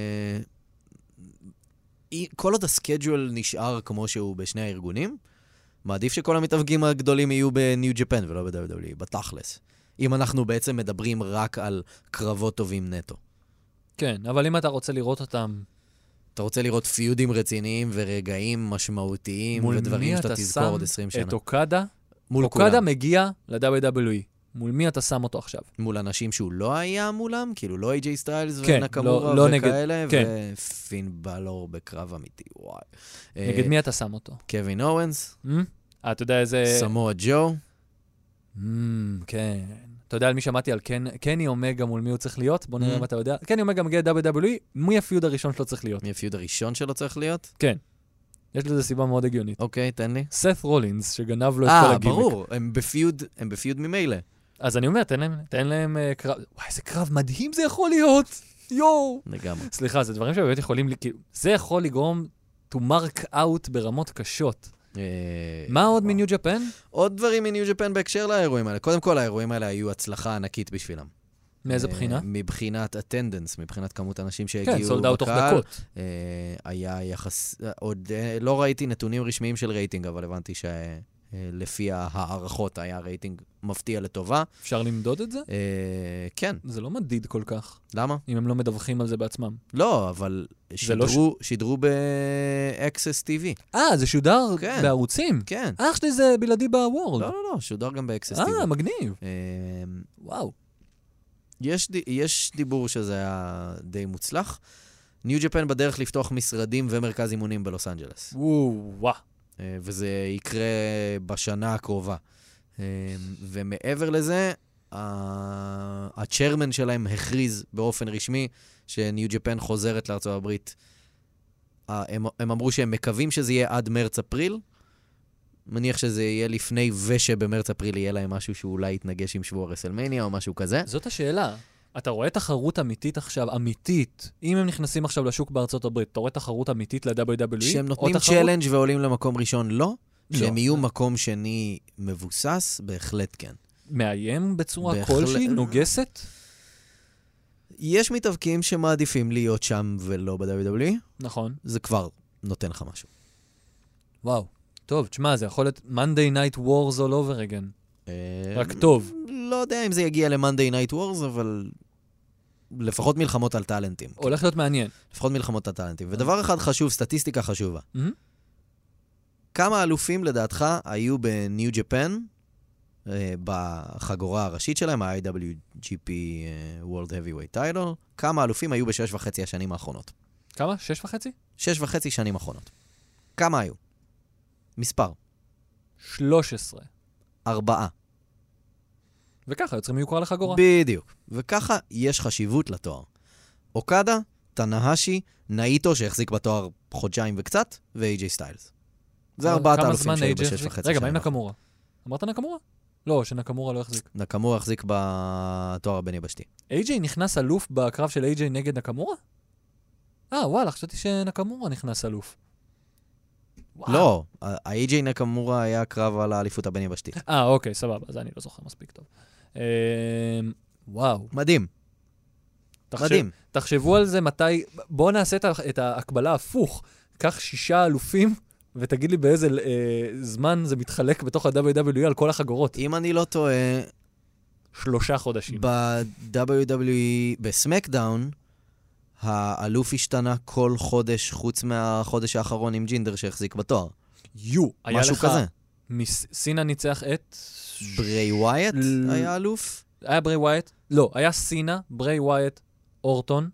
כל עוד הסקייג'ואל נשאר כמו שהוא בשני הארגונים, מעדיף שכל המתאבקים הגדולים יהיו בניו ג'פן ולא ב-WWE, בתכלס. אם אנחנו בעצם מדברים רק על קרבות טובים נטו. כן, אבל אם אתה רוצה לראות אותם... אתה רוצה לראות פיודים רציניים ורגעים משמעותיים ודברים שאתה תזכור עוד 20 שנה. את אוקדה? מול אוקדה כולם. מגיע ל-WWE. מול מי אתה שם אותו עכשיו? מול אנשים שהוא לא היה מולם, כאילו לא AJ סטיילס כן, ונקמורה לא וכאלה, כן. ופין בלור בקרב אמיתי, וואי. נגד מי אתה שם אותו? קווין אורנס, אתה יודע איזה... סמואה ג'ו. כן. אתה יודע על מי שמעתי? על קני אומגה מול מי הוא צריך להיות? בוא נראה אם אתה יודע. קני אומגה מגיע ל-WWE, מי הפיוד הראשון שלו צריך להיות? מי הפיוד הראשון שלו צריך להיות? כן. יש לזה סיבה מאוד הגיונית. אוקיי, תן לי. סת' רולינס, שגנב לו את כל הגימיק. ברור, הם בפיוד ממילא. אז אני אומר, תן להם קרב... וואי, איזה קרב מדהים זה יכול להיות! יואו! לגמרי. סליחה, זה דברים שבאמת יכולים... זה יכול לגרום to mark out ברמות קשות. מה עוד מניו ג'פן? עוד דברים מניו ג'פן בהקשר לאירועים האלה. קודם כל, האירועים האלה היו הצלחה ענקית בשבילם. מאיזה בחינה? מבחינת attendance, מבחינת כמות אנשים שהגיעו כן, סולד אאוט תוך בקהל. דקות. היה יחס... עוד לא ראיתי נתונים רשמיים של רייטינג, אבל הבנתי לפי הערכות היה רייטינג מפתיע לטובה. אפשר למדוד את זה? כן. זה לא מדיד כל כך. למה? אם הם לא מדווחים על זה בעצמם. לא, אבל שידרו ב-Access TV. זה שודר בערוצים? כן. אח שלי זה בלעדי בוורד. לא, שודר גם ב-Access TV. מגניב. וואו. יש דיבור שזה היה די מוצלח. ניו ג'פן בדרך לפתוח משרדים ומרכז אימונים בלוס אנג'לס. וואו. וזה יקרה בשנה הקרובה. ומעבר לזה, הצ'רמן שלהם הכריז באופן רשמי שניו ג'פן חוזרת לארצות הברית. הם אמרו שהם מקווים שזה יהיה עד מרץ-אפריל. מניח שזה יהיה לפני ושבמרץ-אפריל יהיה להם משהו שאולי יתנגש עם שבוע רסלמניה או משהו כזה. זאת השאלה. אתה רואה תחרות אמיתית עכשיו, אמיתית, אם הם נכנסים עכשיו לשוק בארצות הברית, אתה רואה תחרות אמיתית ל-WWE? שהם נותנים צ'לנג' ועולים למקום ראשון, לא. שהם יהיו מקום שני מבוסס, בהחלט כן. מאיים בצורה כלשהי, נוגסת? יש מתאבקים שמעדיפים להיות שם ולא ב-WWE. נכון. זה כבר נותן לך משהו. וואו. טוב, תשמע, זה יכול להיות Monday Night Wars all over again. רק טוב. לא יודע אם זה יגיע ל-Monday Night Wars, אבל לפחות מלחמות על טלנטים. הולך להיות מעניין. לפחות מלחמות על טלנטים. ודבר אחד חשוב, סטטיסטיקה חשובה. כמה אלופים לדעתך היו בניו ג'פן, בחגורה הראשית שלהם, ה-IWGP World Heavyweight Title, כמה אלופים היו ב6.5 השנים האחרונות? כמה? 6.5? 6.5 שנים האחרונות. כמה היו? מספר. 13. 4. וככה יוצרים מיוקרה לחגורה. בדיוק. וככה יש חשיבות לתואר. אוקדה, טנהשי, נאיטו, שהחזיק בתואר חודשיים וקצת, ו-AJ סטיילס. זה 4 אלופים שהיו ב6.5 רגע, מה עם נקמורה? אמרת נקמורה? לא, שנקמורה לא החזיק. נקמורה החזיק בתואר הבין יבשתי. AJ נכנס אלוף בקרב של AJ נגד נקמורה? וואלה, חשבתי שנקמורה נכנס אלוף. לא, ה-AJ נקמורה היה קרב על האליפות הבין יבשתי. אוקיי, סבבה, אז אני לא זוכר מספיק טוב. וואו. מדהים. מדהים. תחשבו על זה מתי, בואו נעשה את ההקבלה הפוך. קח 6 אלופים, ותגיד לי באיזה זמן זה מתחלק בתוך ה-WWE על כל החגורות. אם אני לא טועה... 3 חודשים. ב-WWE, בסמקדאון, האלוף השתנה כל חודש, חוץ מהחודש האחרון עם ג'ינדר שהחזיק בתואר. משהו כזה. סינה ניצח את... ברי ווייט היה אלוף? היה ברי ווייט? לא, היה סינה, ברי ווייט, אורטון,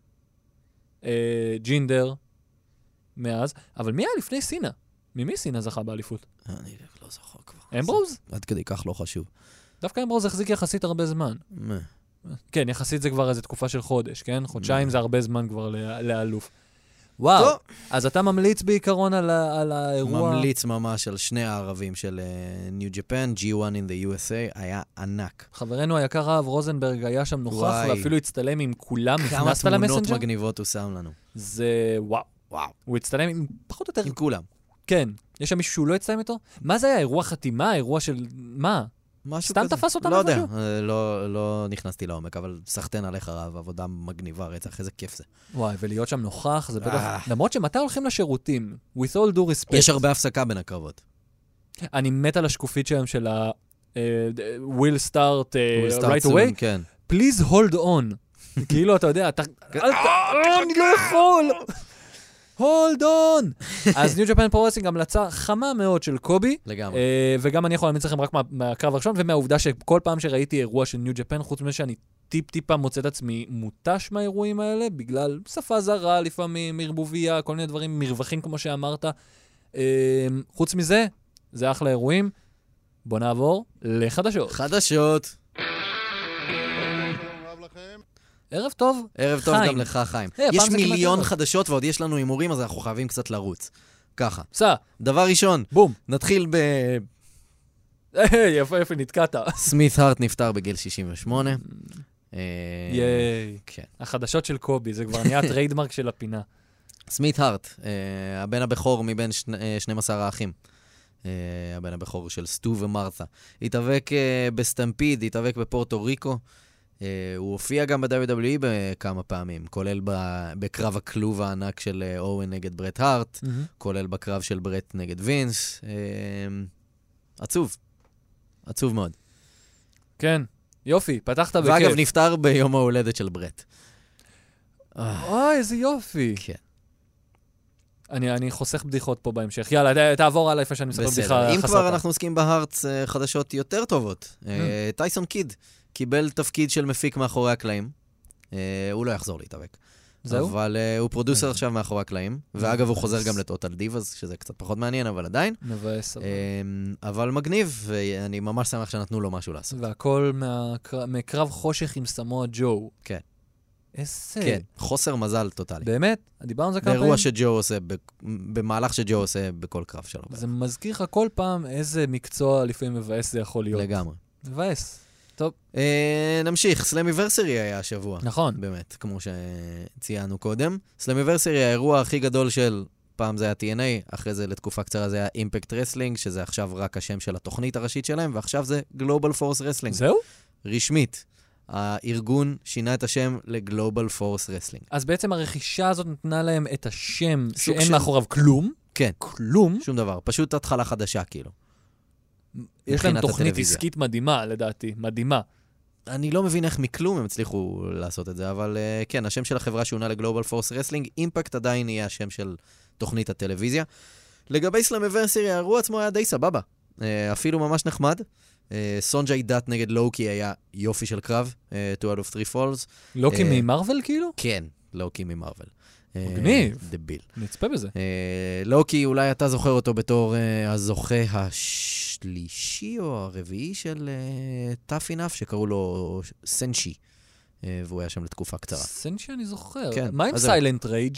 ג'ינדר, מאז. אבל מי היה לפני סינה? ממי סינה זכה באליפות? אני לא זוכר כבר. אמברוז? עד כדי כך לא חשוב. דווקא אמברוז החזיק יחסית הרבה זמן. כן, יחסית זה כבר איזו תקופה של חודש, כן? חודשיים זה הרבה זמן כבר לאלוף. וואו, אז אתה ממליץ בעיקרון על האירוע... ממליץ ממש על שני הערבים של ניו ג'פן, G1 in the USA, היה ענק. חברנו היקר רב רוזנברג היה שם נוכח, ואפילו הצטלם עם כולם, נכנסת למסנג'ר? כמה למסנג'ר? תמונות מגניבות הוא שם לנו. זה וואו. הוא הצטלם עם פחות או יותר... עם כולם. כן. יש שם מישהו שהוא לא הצטלם איתו? מה זה היה? אירוע חתימה? אירוע של... מה? סתם תפס אותם? לא יודע, לא נכנסתי לעומק, אבל סחטן עליך רב, עבודה מגניבה, רצח, איזה כיף זה. וואי, ולהיות שם נוכח, זה בטח... למרות שמתי הולכים לשירותים? With all due respect. יש הרבה הפסקה בין הקרבות. אני מת על השקופית שלהם של ה... will start right away. כן. Please hold on. כאילו, אתה יודע, אני לא יכול! hold on! אז ניו ג'פן פרו רסלינג המלצה חמה מאוד של קובי. לגמרי. וגם אני יכול להמליץ לכם רק מהקרב הראשון, ומהעובדה שכל פעם שראיתי אירוע של ניו ג'פן, חוץ מזה שאני טיפה מוצא את עצמי מוטש מהאירועים האלה, בגלל שפה זרה לפעמים, מרבוביה, כל מיני דברים, מרווחים כמו שאמרת. חוץ מזה, זה אחלה אירועים. בוא נעבור לחדשות. חדשות. ערב טוב, ערב טוב גם לך, חיים. יש מיליון חדשות ועוד יש לנו הימורים, אז אנחנו חייבים קצת לרוץ. ככה. סע. דבר ראשון. בום. נתחיל ב... יפה, נתקעת. סמית הארט נפטר בגיל 68. ייי. כן. החדשות של קובי, זה כבר נהיה טריידמרק של הפינה. סמית הארט, הבן הבכור מבין 12 האחים. הבן הבכור של סטו ומרת'ה. התאבק בסטמפיד, התאבק בפורטו ריקו. הוא הופיע גם ב-WWE בכמה פעמים, כולל בקרב הכלוב הענק של אוון נגד ברט הארט, כולל בקרב של ברט נגד וינס. עצוב. עצוב מאוד. כן, יופי, פתחת בכיף. ואגב, נפטר ביום ההולדת של ברט. אוי, איזה יופי. כן. אני חוסך בדיחות פה בהמשך. יאללה, תעבור עליי איפה שאני מספר בדיחה חסרת. אם כבר אנחנו עוסקים בהארץ, חדשות יותר טובות. טייסון קיד קיבל תפקיד של מפיק מאחורי הקלעים. הוא לא יחזור להתאבק. זהו? אבל הוא פרודוסר עכשיו מאחורי הקלעים. ואגב, הוא חוזר גם לטוטל דיבאז, שזה קצת פחות מעניין, אבל עדיין. מבאס. אבל מגניב, ואני ממש שמח שנתנו לו משהו לעשות. והכל מקרב חושך עם סמואה ג'ו. כן. איזה... כן, חוסר מזל טוטלי. באמת? דיברנו על זה כמה פעמים? באירוע שג'ו עושה, במהלך שג'ו עושה בכל קרב שלו. זה מזכיר לך כל פעם איזה מקצוע לפעמים מבאס זה יכול להיות. לגמרי. מבאס. טוב. נמשיך, סלמיברסרי היה השבוע. נכון. באמת, כמו שציינו קודם. סלמיברסרי, האירוע הכי גדול של, פעם זה היה TNA, אחרי זה לתקופה קצרה זה היה אימפקט רסלינג, שזה עכשיו רק השם של התוכנית הראשית שלהם, ועכשיו זה גלובל פורס רסלינג. זהו? רשמית. הארגון שינה את השם לגלובל פורס רסלינג. אז בעצם הרכישה הזאת נתנה להם את השם שאין של... מאחוריו כלום. כן. כלום. שום דבר. פשוט התחלה חדשה, כאילו. יש להם תוכנית הטלוויזיה. עסקית מדהימה, לדעתי. מדהימה. אני לא מבין איך מכלום הם הצליחו לעשות את זה, אבל כן, השם של החברה שונה לגלובל פורס רסלינג, אימפקט עדיין יהיה השם של תוכנית הטלוויזיה. לגבי סלמיברסרי, האירוע עצמו היה די סבבה. אפילו ממש נחמד. סונג'אי דאט נגד לוקי היה יופי של קרב, 2 out of 3 falls. לוקי ממרוול כאילו? כן, לוקי ממרוול. מגניב. דביל. נצפה בזה. לוקי, אולי אתה זוכר אותו בתור הזוכה השלישי או הרביעי של טאפ אינאף, שקראו לו סנשי, והוא היה שם לתקופה קצרה. סנשי אני זוכר. כן. מה עם סיילנט רייג'?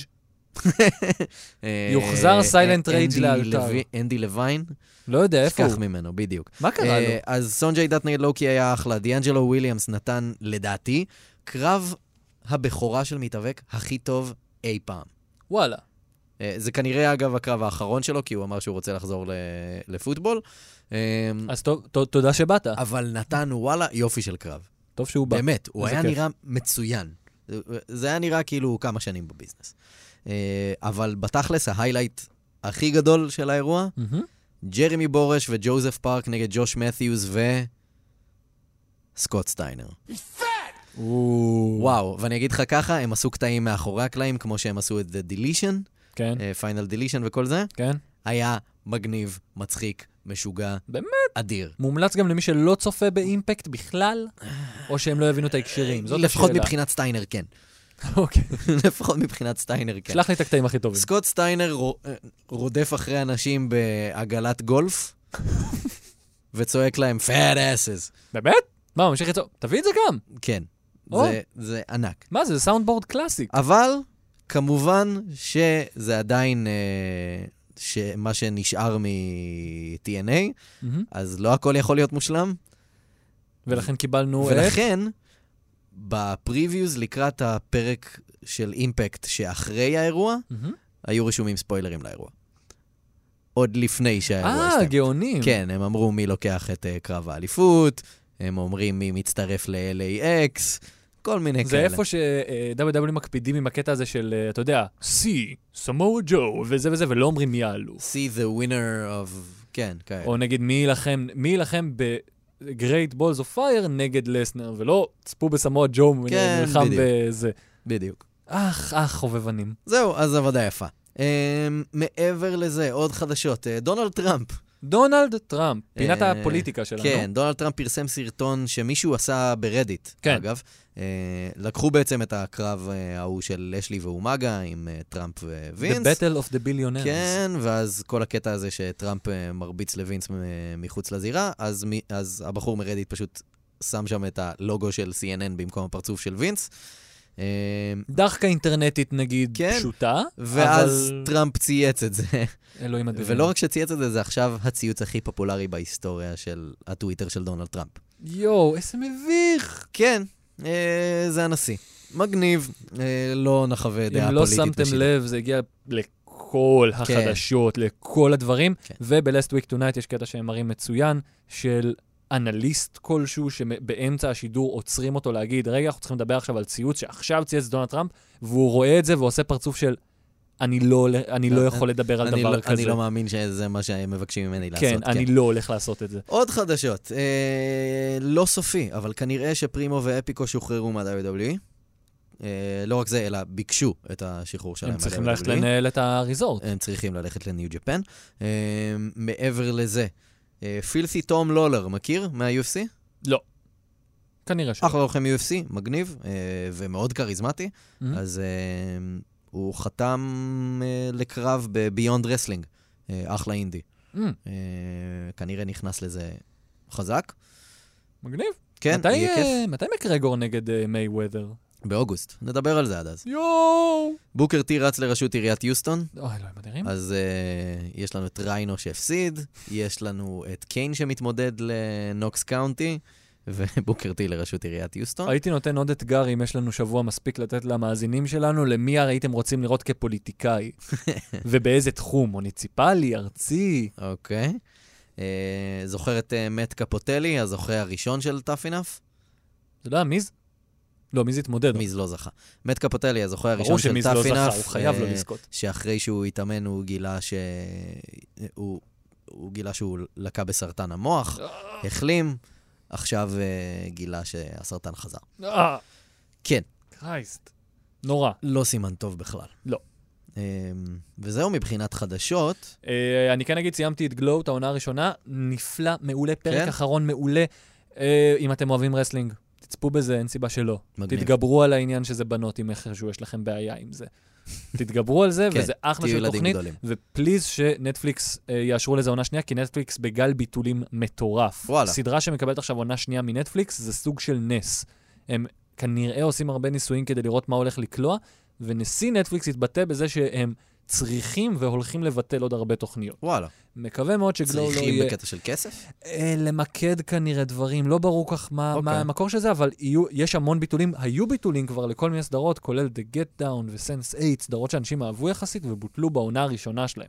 יוחזר סיילנט רייג' לאלתר. אנדי לוין. לא יודע, איפה הוא? שכח ממנו, בדיוק. מה קרה לו? אז סונג'אי דאט נגד לוקי היה אחלה. דיאנג'לו וויליאמס נתן, לדעתי, קרב הבכורה של מתאבק הכי טוב אי פעם. וואלה. זה כנראה, אגב, הקרב האחרון שלו, כי הוא אמר שהוא רוצה לחזור לפוטבול. אז תודה שבאת. אבל נתן, וואלה, יופי של קרב. טוב שהוא בא. באמת, הוא היה נראה מצוין. זה היה נראה כאילו כמה שנים בביזנס. אבל בתכלס, ההיילייט הכי גדול של האירוע, ג'רמי בורש וג'וזף פארק נגד ג'וש מת'יוז וסקוט סטיינר. וואו, ואני אגיד לך ככה, הם עשו קטעים מאחורי הקלעים, כמו שהם עשו את The Deletion, כן. Final Deletion וכל זה. כן. היה מגניב, מצחיק, משוגע. באמת? אדיר. מומלץ גם למי שלא צופה באימפקט בכלל, או שהם לא הבינו את ההקשרים. זאת לפחות השאלה. מבחינת סטיינר, כן. אוקיי. לפחות מבחינת סטיינר, כן. שלח לי את הקטעים הכי טובים. סקוט סטיינר רודף אחרי אנשים בעגלת גולף, וצועק להם, fat asses. באמת? מה, ממשיך לצעוק? תביא את זה גם. כן. זה ענק. מה זה? זה סאונדבורד קלאסיק. אבל, כמובן שזה עדיין מה שנשאר מ-TNA, אז לא הכל יכול להיות מושלם. ולכן קיבלנו... ולכן, בפריוויוז לקראת הפרק של אימפקט שאחרי האירוע, היו רשומים ספוילרים לאירוע. עוד לפני שהאירוע הסתיים. גאונים. כן, הם אמרו מי לוקח את קרב האליפות, הם אומרים מי מצטרף ל-LAX, כל מיני זה כאלה. איפה ש-WW מקפידים עם הקטע הזה של, אתה יודע, C, סמואה ג'ו, וזה וזה, ולא אומרים מי יעלו. See the winner of... כן, כאלה. או נגיד מי ילחם ב-Great Balls of Fire נגד לסנר, ולא צפו בסמואה ג'ו ונלחם בזה. בדיוק. חובבנים. זהו, אז עבודה יפה. מעבר לזה, עוד חדשות. דונלד טראמפ, פינת הפוליטיקה שלנו. כן, דונלד טראמפ פרסם סרטון שמישהו עשה ברדיט, כן. אגב. לקחו בעצם את הקרב ההוא של לשלי ואומגה עם טראמפ ווינס. The Battle of the Billionaires. כן, ואז כל הקטע הזה שטראמפ מרביץ לווינס מחוץ לזירה, אז הבחור מרדיט פשוט שם שם את הלוגו של CNN במקום הפרצוף של וינס. דחקה אינטרנטית נגיד כן, פשוטה, ואז טראמפ צייץ את זה. אלוהים אדירים. ולא רק שצייץ את זה, זה עכשיו הציוץ הכי פופולרי בהיסטוריה של הטוויטר של דונלד טראמפ. יואו, איזה מביך. כן, זה הנשיא. מגניב, לא נחווה דעה פוליטית. אם לא שמתם לב, זה הגיע לכל החדשות, לכל הדברים, וב-Last Week Tonight יש קטע שהם מראים מצוין של אנליסט כלשהו שבאמצע השידור עוצרים אותו להגיד, רגע, אנחנו צריכים לדבר עכשיו על ציוץ שעכשיו צייץ דונלד טראמפ, והוא רואה את זה ועושה פרצוף של, אני לא יכול לדבר על דבר כזה. אני לא מאמין שזה מה שהם מבקשים ממני לעשות. כן, אני לא הולך לעשות את זה. עוד חדשות. לא סופי, אבל כנראה שפרימו ואפיקו שוחררו מה-WWE. לא רק זה, אלא ביקשו את השחרור שלהם. הם צריכים ללכת לנהל את הריזורט. הם צריכים ללכת לניו ג'פן. מעבר לזה, פילת'י תום לולר, מכיר מה-UFC? לא. כנראה שלא. אחלה לוחם UFC, מגניב ומאוד כריזמטי. אז הוא חתם לקרב ב-Beyond Wrestling, אחלה אינדי. כנראה נכנס לזה חזק. מגניב. כן, יהיה כיף. מתי מקרגור נגד מייוודר? באוגוסט. נדבר על זה עד אז. יואו! בוקר טי רץ לראשות עיריית יוסטון. אוי, לא, הם מדהים. אז יש לנו את ריינו שהפסיד, יש לנו את קיין שמתמודד לנוקס קאונטי, ובוקר טי לראשות עיריית יוסטון. הייתי נותן עוד אתגר אם יש לנו שבוע מספיק לתת למאזינים שלנו, למי הייתם רוצים לראות כפוליטיקאי, ובאיזה תחום, מוניציפלי, ארצי. אוקיי. זוכר את מאט קפוטלי, הזוכה הראשון של Tough Enough? זה לא היה מיז? לא, מיז התמודד. מיז לא זכה. מאט קפוטלי, הזוכה הראשון של Tough Enough. ברור שמיז לא זכה, הוא חייב לא לזכות. שאחרי שהוא התאמן הוא גילה הוא גילה שהוא לקה בסרטן המוח, החלים, עכשיו גילה שהסרטן חזר. כן. קרייסט. נורא. לא סימן טוב בכלל. לא. וזהו מבחינת חדשות. אני כן אגיד, סיימתי את גלו, את העונה הראשונה, נפלא, מעולה, פרק אחרון מעולה. אם אתם אוהבים רסלינג, תצפו בזה, אין סיבה שלא. תתגברו על העניין שזה בנות, אם איכשהו יש לכם בעיה עם זה. תתגברו על זה, וזה אחלה של תוכנית, ופליז שנטפליקס יאשרו לזה עונה שנייה, כי נטפליקס בגל ביטולים מטורף. סדרה שמקבלת עכשיו עונה שנייה מנטפליקס, זה סוג של נס. הם כנראה עושים הרבה ניסויים כדי לראות מה הולך לקלוע, ונשיא נטפליקס יתבטא בזה שהם צריכים והולכים לבטל עוד הרבה תוכניות. וואלה. מקווה מאוד שגלו לא יהיה... צריכים בקטע של כסף? למקד כנראה דברים, לא ברור כך מה המקור של זה, אבל יש המון ביטולים, היו ביטולים כבר לכל מיני סדרות, כולל The Get Down ו-Sense 8, סדרות שאנשים אהבו יחסית ובוטלו בעונה הראשונה שלהם.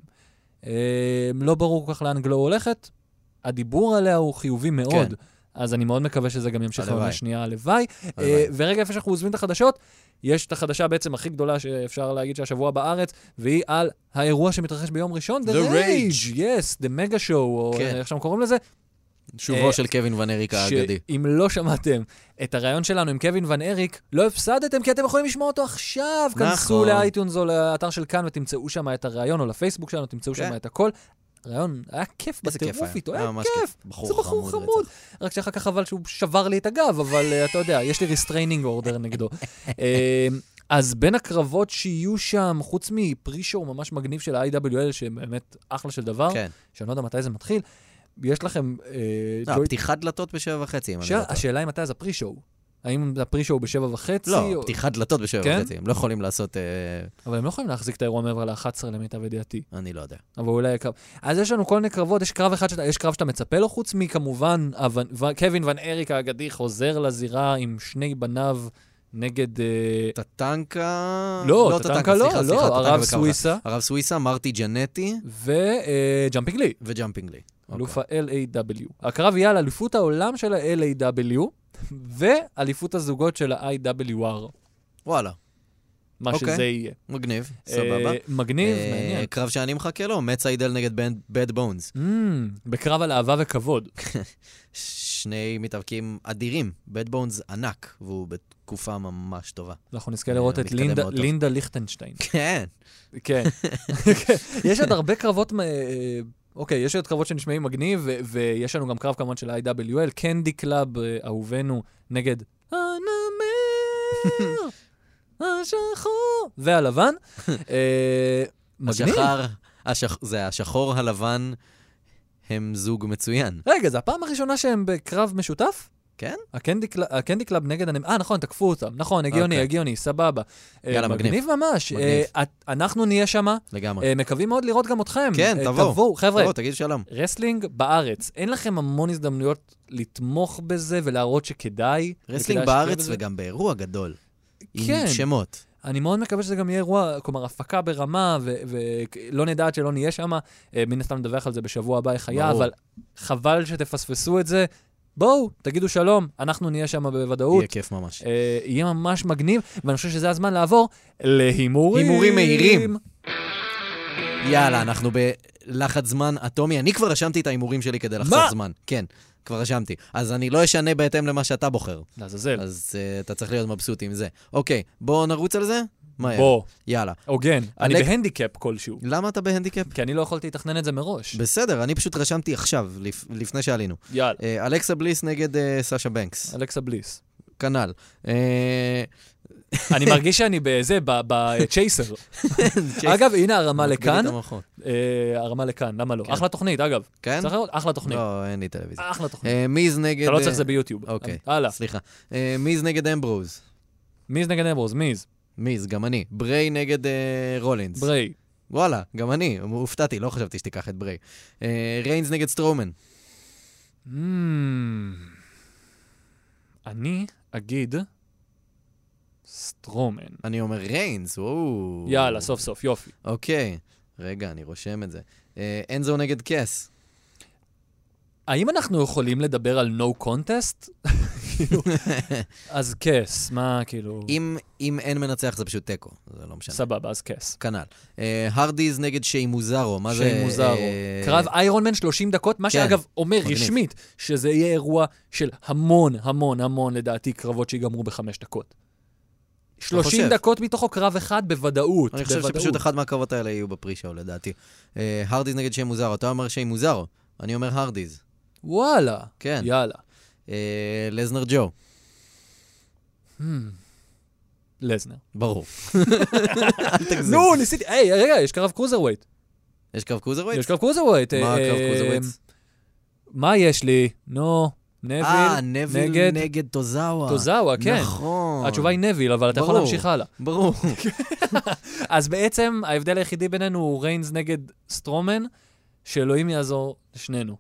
לא ברור כך לאן גלו הולכת, הדיבור עליה הוא חיובי מאוד, אז אני מאוד מקווה שזה גם ימשיך לעונה שנייה, הלוואי. ורגע איפה שאנחנו עוזבים את החדשות, יש את החדשה בעצם הכי גדולה שאפשר להגיד שהשבוע בארץ, והיא על האירוע שמתרחש ביום ראשון, The Rage, yes, The Mega Show, או איך שאנחנו קוראים לזה. שובו של קווין ון אריק האגדי. שאם לא שמעתם את הרעיון שלנו עם קווין ון אריק, לא הפסדתם, כי אתם יכולים לשמוע אותו עכשיו. כנסו לאייטונס או לאתר של כאן ותמצאו שם את הרעיון, או לפייסבוק שלנו, תמצאו שם את הכל. רעיון, היה כיף בטירוף איתו, היה כיף. זה בחור חמוד. רק שאחר כך חבל שהוא שבר לי את הגב, אבל אתה יודע, יש לי ריסטריינינג אורדר נגדו. אז בין הקרבות שיהיו שם, חוץ מפרי-שואו ממש מגניב של ה-IWL, שבאמת אחלה של דבר, שאני לא יודע מתי זה מתחיל, יש לכם... פתיחת דלתות ב7:30. השאלה היא מתי זה הפרי-שואו. האם הפרי-שואו ב7:30? לא, פתיחת דלתות ב7:30. הם לא יכולים לעשות... אבל הם לא יכולים להחזיק את האירוע מעבר ל-11 למיטב ידיעתי. אני לא יודע. אבל אולי קרב. אז יש לנו כל מיני קרבות, יש קרב אחד יש קרב שאתה מצפה לו, חוץ מכמובן, קווין ון אריק האגדי חוזר לזירה עם שני בניו נגד... טטנקה... לא, טטנקה לא, הרב סוויסה. הרב סוויסה, מרטי ג'נטי. וג'אמפינג לי. וג'אמפינג לי. אלוף ה-LAW. הקרב יהיה על אליפות העולם של ה-LAW, ואליפות הזוגות של ה-IWR. וואלה. מה שזה יהיה. מגניב, סבבה. מגניב, מעניין. קרב שאני מחכה לו, מאט סיידל נגד בד בונס. בקרב על אהבה וכבוד. שני מתאבקים אדירים. בד בונס ענק, והוא בתקופה ממש טובה. אנחנו נזכה לראות את לינדה ליכטנשטיין. כן. כן. יש עוד הרבה קרבות... אוקיי, יש עוד קרבות שנשמעים מגניב, ויש לנו גם קרב כמובן של ה-IWL, קנדי קלאב, אהובנו, נגד הנמר, השחור, והלבן. מגניב. זה השחור הלבן, הם זוג מצוין. רגע, זה הפעם הראשונה שהם בקרב משותף? כן? הקנדי קלאב נגד הנמר, נכון, תקפו אותם, נכון, הגיוני, סבבה. יאללה, מגניב ממש. אנחנו נהיה שמה. לגמרי. מקווים מאוד לראות גם אתכם. כן, תבואו. חבר'ה, תבואו, תגיד שלום. רסלינג בארץ. אין לכם המון הזדמנויות לתמוך בזה ולהראות שכדאי. רסלינג בארץ וגם באירוע גדול. עם שמות. אני מאוד מקווה שזה גם יהיה אירוע, כלומר, הפקה ברמה, ולא נדעת שלא נהיה שמה. מן הסתם נדווח על זה בשבוע הבא חיה, אבל חבל שתפספסו את זה. בואו, תגידו שלום, אנחנו נהיה שם בוודאות. יהיה כיף ממש. יהיה ממש מגניב, ואני חושב שזה הזמן לעבור להימורים. הימורים מהירים. יאללה, אנחנו בלחץ זמן אטומי. אני כבר רשמתי את האימורים שלי כדי לחסוך זמן. כן, כבר רשמתי. אז אני לא אשנה בהתאם למה שאתה בוחר. לעזאזל. אז אתה צריך להיות מבסוט עם זה. אוקיי, בואו נרוץ על זה? בוא. יאללה. הוגן. אני בהנדיקאפ כלשהו. למה אתה בהנדיקאפ? כי אני לא יכולתי לתכנן את זה מראש. בסדר, אני פשוט רשמתי עכשיו, לפני שעלינו. יאללה. אלכסה בליס נגד סאשה בנקס. אלכסה בליס. כנ"ל. אני מרגיש שאני בצ'ייסר. אגב, הנה הרמה לכאן. הרמה לכאן, למה לא? אחלה תוכנית, אגב. כן? צריך לראות? אחלה תוכנית. לא, אין לי טלוויזיה. אחלה תוכנית. מיז נגד... אתה לא צריך זה ביוטיוב. אוקיי, הלאה. סליחה. מיז נגד אמברוז. מיז נגד אמברוז, מיז. מיז, גם אני. בריי נגד רולינס. בריי. וואלה, גם אני. הופתעתי, לא חשבתי שתיקח את בריי. ריינס נגד סטרומן. אני אגיד סטרומן. אני אומר ריינס, וואו. יאללה, סוף סוף, יופי. אוקיי. רגע, אני רושם את זה. אנזו נגד קס. האם אנחנו יכולים לדבר על no contest? אז קס, מה כאילו... אם אין מנצח זה פשוט טקו, זה לא משנה. סבבה, אז קס. כנ"ל. הרדיז נגד שי מוזרו, מה זה... שי מוזרו. קרב איירון מן 30 דקות, מה שאגב אומר רשמית, שזה יהיה אירוע של המון, המון, המון, לדעתי, קרבות שיגמרו ב5 דקות. 30 דקות מתוכו קרב אחד בוודאות. אני חושב שפשוט אחד מהקרבות האלה יהיו בפרישאו, לדעתי. הרדיז נגד שי מוזרו, אתה אומר שי מוזרו, אני אומר הרדיז. וואלה. כן. יאללה. לזנר ג'ו. לזנר. ברור. אל תגזים. נו, ניסיתי. היי, רגע, יש קרב קרוזרווייט. יש קרב קרוזרווייט? יש קרב קרוזרווייט. מה הקרב קרוזרווייט? מה יש לי? נו, נביל. נביל נגד טוזאווה. טוזאווה, כן. נכון. התשובה היא נביל, אבל אתה יכול להמשיך הלאה. ברור. אז בעצם ההבדל היחידי בינינו הוא ריינס נגד סטרומן, שאלוהים יעזור לשנינו.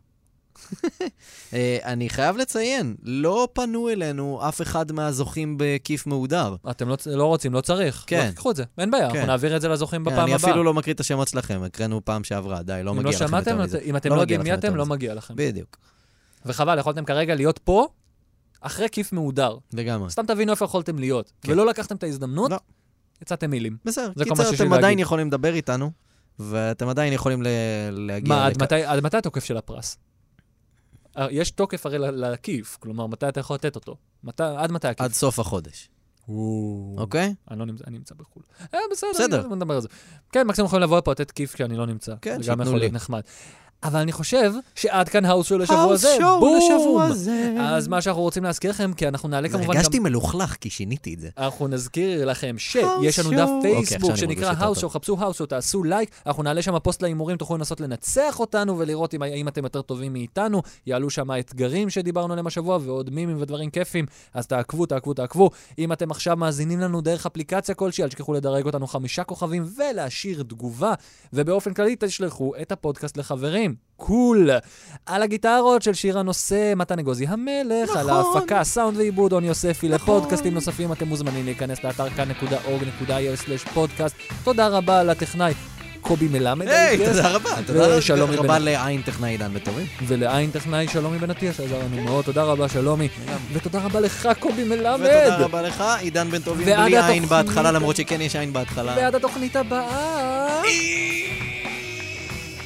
אני חייב לציין, לא פנו אלינו אף אחד מהזוכים בכיף מהודר. אתם לא רוצים, לא צריך. כן. לא תקחו את זה, אין בעיה, אנחנו נעביר את זה לזוכים בפעם הבאה. אני אפילו לא מקריא את השמות שלכם, הקראנו פעם שעברה, די, לא מגיע לכם יותר מזה. אם אתם לא יודעים מי אתם, לא מגיע לכם. בדיוק. וחבל, יכולתם כרגע להיות פה, אחרי כיף מהודר. לגמרי. סתם תבינו איפה יכולתם להיות. ולא לקחתם את ההזדמנות, יצאתם מילים. בסדר, קיצר, אתם עדיין יכולים לדבר איתנו, ואתם עדיין יכולים להגיע... מה, עד מתי התוקף של הפרס? יש תוקף הרי לכיף, כלומר, מתי אתה יכול לתת אותו? עד מתי הכיף? עד סוף החודש. אוקיי? אני נמצא בחול. בסדר, בוא נדבר על זה. כן, מקסימום יכולים לבוא לפה לתת כיף כשאני לא נמצא. כן, זה גם יכול להיות נחמד. אבל אני חושב שעד כאן האוס שואו לשבוע הזה. בום! אז מה שאנחנו רוצים להזכיר לכם, כי אנחנו נעלה כמובן גם... הרגשתי מלוכלך, כי שיניתי את זה. אנחנו נזכיר לכם שיש לנו דף פייסבוק שנקרא האוס שואו, חפשו האוס שואו, תעשו לייק, אנחנו נעלה שם פוסט להימורים, תוכלו לנסות לנצח אותנו ולראות אם אתם יותר טובים מאיתנו, יעלו שם האתגרים שדיברנו עליהם השבוע ועוד מימים ודברים כיפים, אז תעקבו. אם אתם עכשיו מאזינים לנו דרך אפליקציה כלשהי, אל תשכחו לדרג אותנו 5 כוכבים ולהשאיר תגובה, ובאופן כללי תשלחו את הפודקאסט לחברים. קול. על הגיטרות של שיר הנושא, מתן אגוזי המלך, על ההפקה, סאונד ועיבוד, און יוספי. לפודקאסטים נוספים אתם מוזמנים להיכנס לאתר כאן.org.il/פודקאסט. תודה רבה לטכנאי קובי מלמד. תודה רבה. תודה רבה לעין טכנאי עידן בן טובים. ולעין טכנאי שלומי בן עטיה שעזר לנו מאוד. תודה רבה שלומי. ותודה רבה לך קובי מלמד. ותודה רבה לך עידן בן טובים. בלי עין בהתחלה, למרות שכן יש עין בהתחלה. ועד התוכנית הבאה.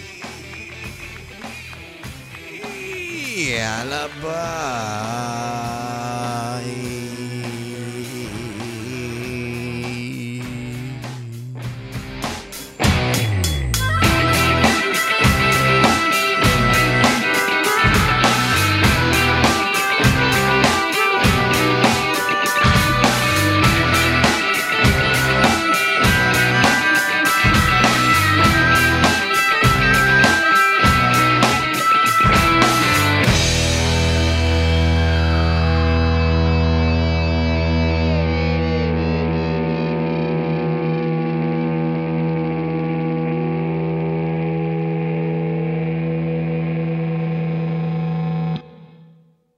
יאללה ביי.